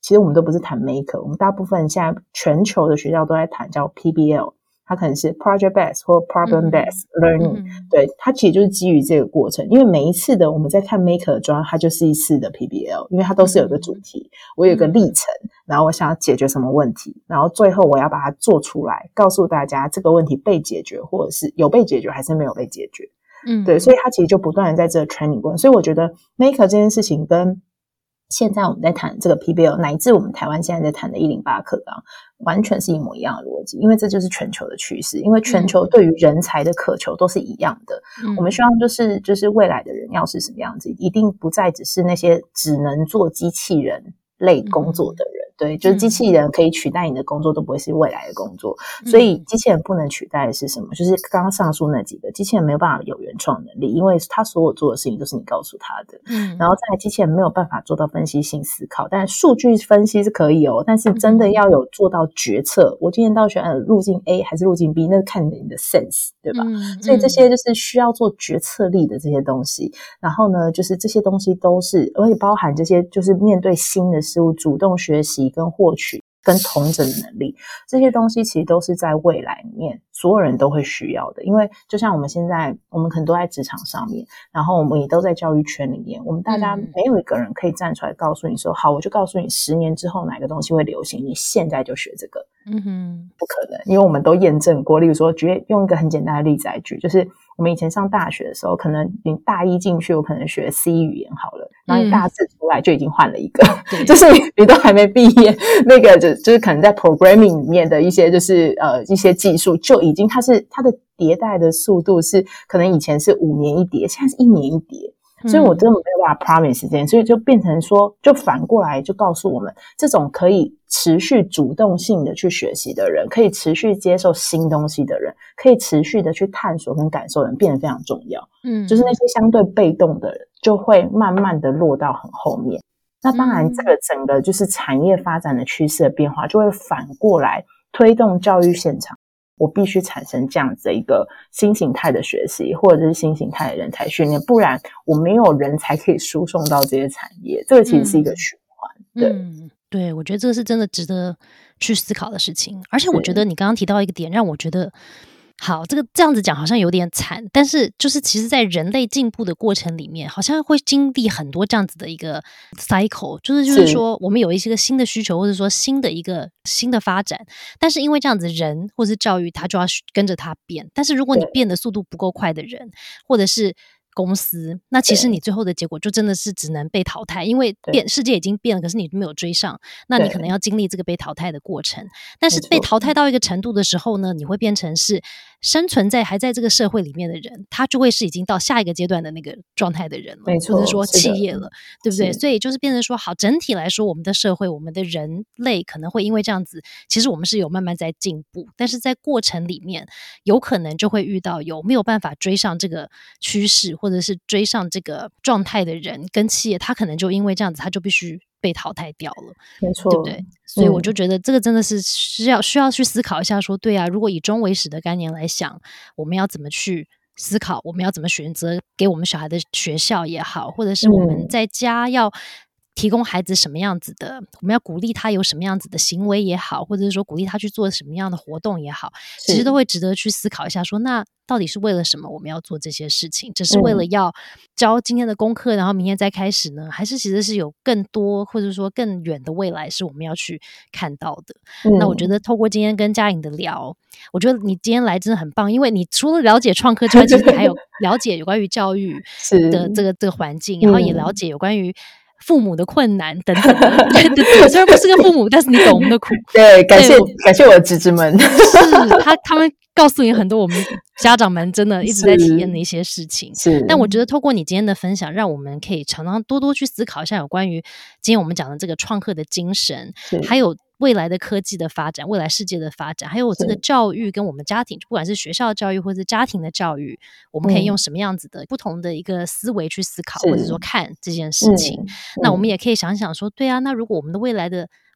其实我们都不是谈 maker， 我们大部分现在全球的学校都在谈叫 P B L，它可能是 project based 或 problem based learning，、嗯、对，它其实就是基于这个过程，因为每一次的我们在看 maker 的专，它就是一次的 P B L， 因为它都是有一个主题，我有一个历程，然后我想要解决什么问题，然后最后我要把它做出来，告诉大家这个问题被解决，或者是有被解决还是没有被解决。嗯，对，所以它其实就不断的在这个 training 过程，所以我觉得 maker 这件事情跟现在我们在谈这个 P B L 乃至我们台湾现在在谈的一零八课纲完全是一模一样的逻辑，因为这就是全球的趋势，因为全球对于人才的渴求都是一样的、嗯、我们希望就是就是未来的人要是什么样子，一定不再只是那些只能做机器人类工作的人、嗯，对，就是机器人可以取代你的工作都不会是未来的工作、嗯、所以机器人不能取代的是什么，就是刚刚上述那几个，机器人没有办法有原创能力，因为他所有做的事情都是你告诉他的、嗯、然后再来机器人没有办法做到分析性思考，但数据分析是可以哦，但是真的要有做到决策、嗯、我今天到底选路径 A 还是路径 B， 那是看你的 sense 对吧、嗯、所以这些就是需要做决策力的这些东西，然后呢就是这些东西都是而且包含这些就是面对新的事物主动学习跟获取跟统整的能力，这些东西其实都是在未来里面所有人都会需要的，因为就像我们现在我们可能都在职场上面，然后我们也都在教育圈里面，我们大家没有一个人可以站出来告诉你说、嗯、好我就告诉你十年之后哪个东西会流行，你现在就学这个，嗯哼，不可能，因为我们都验证过，例如说举用一个很简单的例子来举，就是我们以前上大学的时候，可能你大一进去我可能学 C 语言好了，然后你大四出来就已经换了一个、嗯、就是你你都还没毕业，那个就就是可能在 programming 里面的一些就是呃一些技术就已经它是它的迭代的速度是可能以前是五年一叠，现在是一年一叠，所以我真的没有办法 promise 这件，所以就变成说就反过来就告诉我们，这种可以持续主动性的去学习的人，可以持续接受新东西的人，可以持续的去探索跟感受的人变得非常重要，嗯，就是那些相对被动的人就会慢慢的落到很后面，那当然这个整个就是产业发展的趋势的变化就会反过来推动教育现场我必须产生这样子的一个新形态的学习或者是新形态的人才训练，不然我没有人才可以输送到这些产业，这个其实是一个循环、嗯、对、 嗯、对，我觉得这个是真的值得去思考的事情，而且我觉得你刚刚提到一个点让我觉得好，这个这样子讲好像有点惨，但是就是其实在人类进步的过程里面好像会经历很多这样子的一个 cycle， 就是就是说我们有一些个新的需求或者说新的一个新的发展，但是因为这样子人或是教育它就要跟着它变，但是如果你变的速度不够快的人或者是公司，那其实你最后的结果就真的是只能被淘汰，因为变世界已经变了，可是你没有追上，那你可能要经历这个被淘汰的过程，但是被淘汰到一个程度的时候呢，你会变成是生存在还在这个社会里面的人，他就会是已经到下一个阶段的那个状态的人了， 没错， 或者说企业了，对不对？所以就是变成说好，整体来说我们的社会我们的人类可能会因为这样子，其实我们是有慢慢在进步，但是在过程里面有可能就会遇到有没有办法追上这个趋势或者是追上这个状态的人跟企业，他可能就因为这样子他就必须被淘汰掉了， 没错， 对不对？所以我就觉得这个真的是需要需要去思考一下说，对啊，如果以终为始的概念来想，我们要怎么去思考，我们要怎么选择给我们小孩的学校也好，或者是我们在家要提供孩子什么样子的、嗯、我们要鼓励他有什么样子的行为也好，或者是说鼓励他去做什么样的活动也好，其实都会值得去思考一下说，那到底是为了什么我们要做这些事情，只是为了要教今天的功课、嗯、然后明天再开始呢，还是其实是有更多或者说更远的未来是我们要去看到的、嗯、那我觉得透过今天跟嘉颖的聊，我觉得你今天来真的很棒，因为你除了了解创客之外其实你还有了解有关于教育的这个这个环境，然后也了解有关于父母的困难等等的对对对，虽然不是个父母，但是你懂我们的苦。 对，感谢感谢我的侄子们。 是他他们告诉你很多我们家长们真的一直在体验的一些事情。是，但我觉得透过你今天的分享，让我们可以常常多多去思考一下有关于今天我们讲的这个创客的精神，还有未来的科技的发展，未来世界的发展，还有这个教育跟我们家庭，不管是学校的教育或是家庭的教育，我们可以用什么样子的不同的一个思维去思考，或者说看这件事情、嗯、那我们也可以想想说，对啊，那如果我们的未来的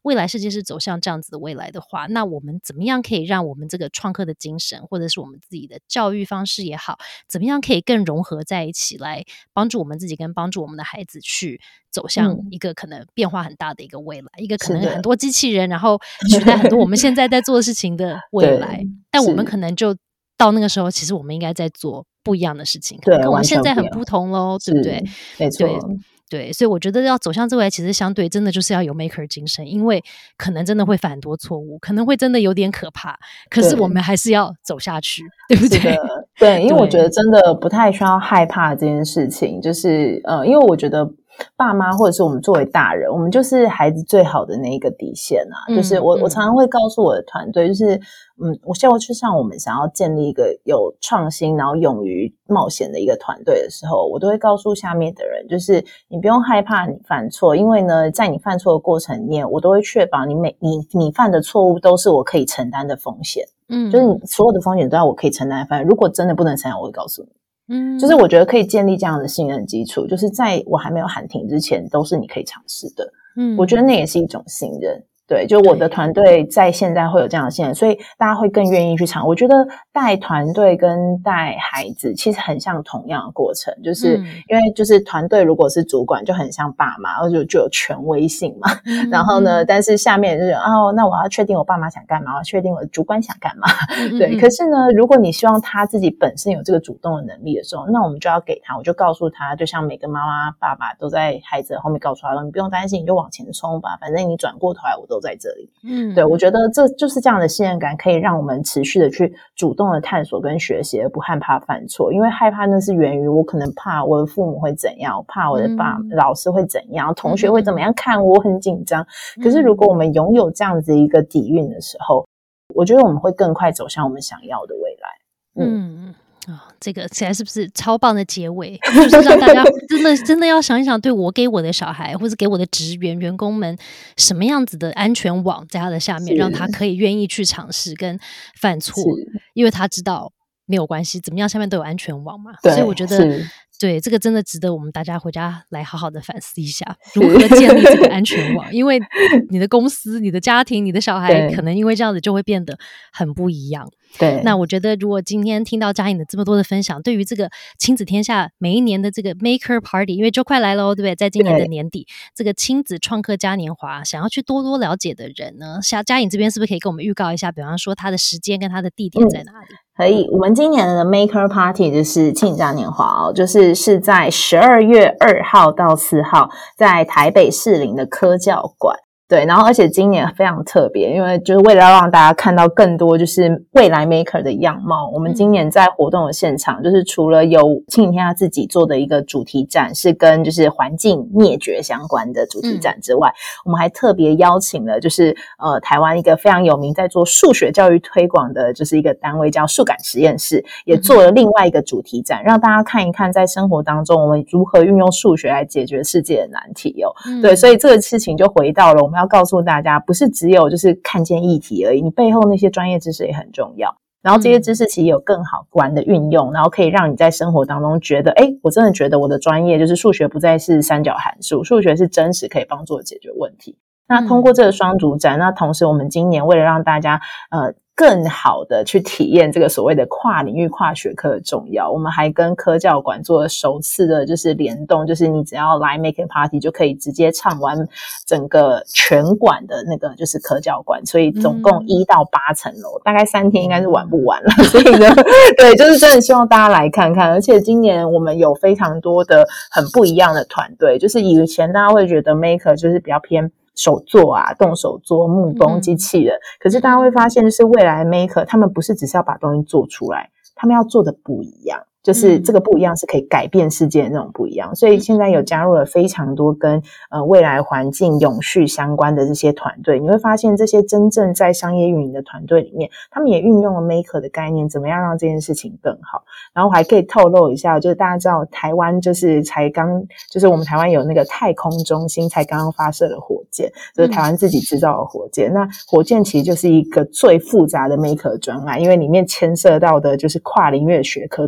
未来世界是走向这样子的未来的话，那我们怎么样可以让我们这个创客的精神，或者是我们自己的教育方式也好，怎么样可以更融合在一起，来帮助我们自己跟帮助我们的孩子去走向一个可能变化很大的一个未来，嗯、一个可能很多机器人然后取代很多我们现在在做的事情的未来但我们可能就到那个时候，其实我们应该在做不一样的事情，可能跟我们现在很不同咯，对不对？ 没错。 对对，所以我觉得要走向这未来，其实相对真的就是要有 maker 精神，因为可能真的会犯很多错误，可能会真的有点可怕，可是我们还是要走下去，对不对？ 对，因为我觉得真的不太需要害怕这件事情，就是呃，因为我觉得爸妈或者是我们作为大人，我们就是孩子最好的那一个底线啊。嗯、就是我我常常会告诉我的团队，就是嗯，我希望就像我们想要建立一个有创新，然后勇于冒险的一个团队的时候，我都会告诉下面的人，就是你不用害怕你犯错，因为呢，在你犯错的过程里面，我都会确保你每你你犯的错误都是我可以承担的风险。嗯，就是你所有的风险都要我可以承担的范围，如果真的不能承担，我会告诉你。嗯，就是我觉得可以建立这样的信任基础，就是在我还没有喊停之前，都是你可以尝试的。嗯，我觉得那也是一种信任。对，就我的团队在现在会有这样的信任，所以大家会更愿意去尝。我觉得带团队跟带孩子其实很像同样的过程，就是因为就是团队如果是主管就很像爸妈，而且就有权威性嘛。嗯、然后呢，但是下面就是哦，那我要确定我爸妈想干嘛，我要确定我的主管想干嘛。嗯、对，可是呢，如果你希望他自己本身有这个主动的能力的时候，那我们就要给他，我就告诉他，就像每个妈妈爸爸都在孩子后面告诉他，你不用担心，你就往前冲吧，反正你转过头来我都在这里。嗯，对，我觉得这就是这样的信任感可以让我们持续的去主动的探索跟学习，而不害怕犯错。因为害怕那是源于我可能怕我的父母会怎样，我怕我的爸、嗯、老师会怎样，同学会怎么样看我，我很紧张。可是如果我们拥有这样子一个底蕴的时候，我觉得我们会更快走向我们想要的未来。嗯。 嗯哦，这个现在是不是超棒的结尾？就是让大家真的真的要想一想，对我给我的小孩，或者给我的职员员工们，什么样子的安全网在他的下面，让他可以愿意去尝试跟犯错，因为他知道没有关系，怎么样下面都有安全网嘛。所以我觉得对这个真的值得我们大家回家来好好的反思一下，如何建立这个安全网。因为你的公司、你的家庭、你的小孩，可能因为这样子就会变得很不一样。 对， 那我觉得如果今天听到嘉颖的这么多的分享，对于这个亲子天下每一年的这个 Maker Party， 因为就快来了，对不对？在今年的年底，这个亲子创客嘉年华，想要去多多了解的人呢，像嘉颖这边是不是可以跟我们预告一下，比方说它的时间跟它的地点在哪里？嗯可以，我们今年的 Maker Party 就是亲子嘉年华哦，就是是在十二月二号到四号，在台北士林的科教馆。对，然后而且今年非常特别，因为就是为了让大家看到更多就是未来 maker 的样貌，我们今年在活动的现场，就是除了有亲子天下自己做的一个主题展，是跟就是环境灭绝相关的主题展之外，嗯、我们还特别邀请了就是呃台湾一个非常有名在做数学教育推广的，就是一个单位叫数感实验室，也做了另外一个主题展，让大家看一看在生活当中我们如何运用数学来解决世界的难题哦。嗯、对，所以这个事情就回到了我们要要告诉大家，不是只有就是看见议题而已，你背后那些专业知识也很重要。然后这些知识其实有更好玩的运用，然后可以让你在生活当中觉得，诶，我真的觉得我的专业就是数学不再是三角函数，数学是真实可以帮助我解决问题。那通过这个双主展，那同时我们今年为了让大家呃更好的去体验这个所谓的跨领域跨学科的重要，我们还跟科教馆做了首次的就是联动，就是你只要来 Maker Party 就可以直接唱完整个全馆的那个就是科教馆，所以总共一到八层楼，大概三天应该是玩不完了。所以呢，对，就是真的希望大家来看看。而且今年我们有非常多的很不一样的团队，就是以前大家会觉得 Maker 就是比较偏手做啊，动手做木工机器人、嗯、可是大家会发现就是未来 maker 他们不是只是要把东西做出来，他们要做的不一样，就是这个不一样是可以改变世界的那种不一样。所以现在有加入了非常多跟呃未来环境永续相关的这些团队，你会发现这些真正在商业运营的团队里面，他们也运用了 maker 的概念，怎么样让这件事情更好。然后还可以透露一下，就是大家知道台湾就是才刚就是我们台湾有那个太空中心才刚刚发射了火箭，就是台湾自己制造的火箭、嗯、那火箭其实就是一个最复杂的 maker 专案，因为里面牵涉到的就是跨领域的学科之多，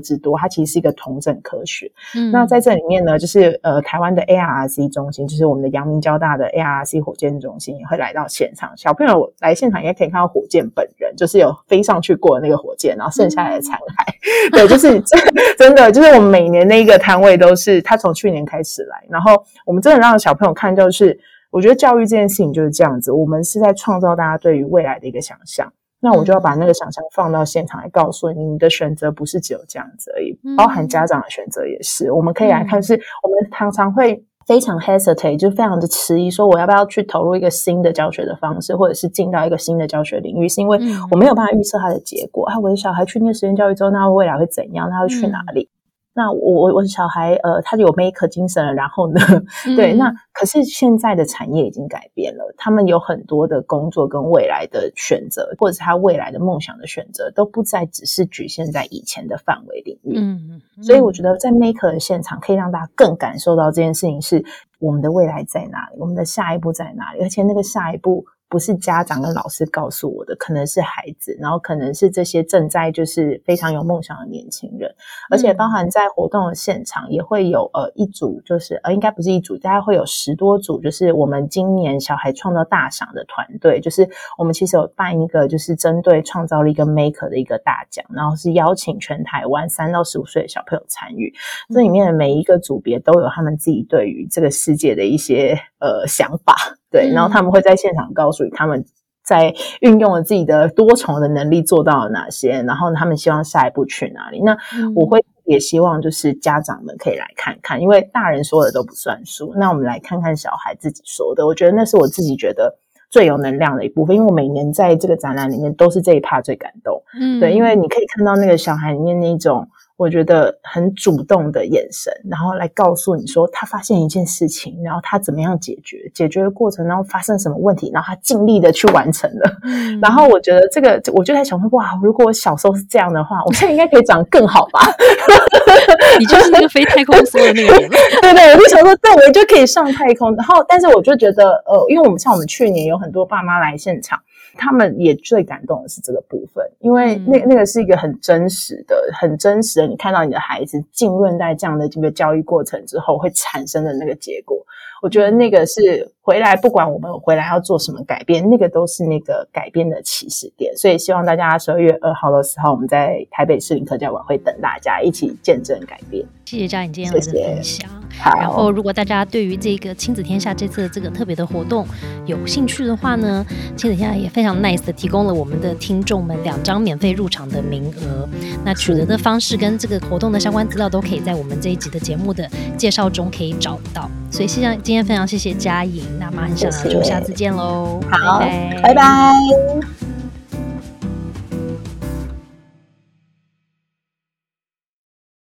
它其实是一个统整科学。嗯，那在这里面呢，就是呃台湾的 A R R C 中心，就是我们的阳明交大的 A R R C 火箭中心也会来到现场，小朋友来现场也可以看到火箭本人，就是有飞上去过的那个火箭，然后剩下来的残骸。对，就是真的，就是我们每年那个摊位都是他从去年开始来，然后我们真的让小朋友看，就是我觉得教育这件事情就是这样子，我们是在创造大家对于未来的一个想象。那我就要把那个想象放到现场来告诉你，你的选择不是只有这样子而已，包含家长的选择也是。我们可以来看，是我们常常会非常 hesitate， 就非常的迟疑，说我要不要去投入一个新的教学的方式，或者是进到一个新的教学领域，是因为我没有办法预测它的结果。啊，我的小孩去念实验教育之后，那未来会怎样？他会去哪里？那我我的小孩呃，他有 maker 精神了，然后呢，嗯、对，那可是现在的产业已经改变了，他们有很多的工作跟未来的选择，或者是他未来的梦想的选择，都不再只是局限在以前的范围领域。嗯，嗯所以我觉得在 maker 的现场，可以让大家更感受到这件事情是我们的未来在哪里，我们的下一步在哪里，而且那个下一步。不是家长跟老师告诉我的，可能是孩子，然后可能是这些正在就是非常有梦想的年轻人，而且包含在活动的现场也会有呃一组，就是呃应该不是一组，大概会有十多组，就是我们今年小孩创造大赏的团队，就是我们其实有办一个就是针对创造力跟 maker 的一个大奖，然后是邀请全台湾三到十五岁的小朋友参与，这里面的每一个组别都有他们自己对于这个世界的一些呃想法。对，然后他们会在现场告诉你他们在运用了自己的多重的能力做到了哪些，然后他们希望下一步去哪里。那我会也希望就是家长们可以来看看，因为大人说的都不算数，那我们来看看小孩自己说的，我觉得那是我自己觉得最有能量的一部分，因为我每年在这个展览里面都是这一 part 最感动。嗯，对，因为你可以看到那个小孩里面那种我觉得很主动的眼神，然后来告诉你说他发现一件事情，然后他怎么样解决，解决的过程然后发生什么问题，然后他尽力的去完成了。嗯、然后我觉得这个我就在想说，哇，如果我小时候是这样的话，我现在应该可以长得更好吧。 你就是那个飞太空梭的那个人。 对对，我就想说对，我就可以上太空。然后但是我就觉得呃，因为我们像我们去年有很多爸妈来现场，他们也最感动的是这个部分，因为那那个是一个很真实的很真实的，你看到你的孩子浸润在这样的这个教育过程之后会产生的那个结果，我觉得那个是回来不管我们回来要做什么改变，那个都是那个改变的起始点。所以希望大家十二月二号的时候，我们在台北市立科教馆会等大家一起见证改变。 谢谢嘉颖今天来的分享。然后如果大家对于这个亲子天下这次的这个特别的活动有兴趣的话呢，亲子天下也非常 nice 的提供了我们的听众们两张免费入场的名额，那取得的方式跟这个活动的相关资料都可以在我们这一集的节目的介绍中可以找到。所以谢谢今天非常谢谢嘉颖，那马很想就下次见喽。 好，拜拜。拜拜。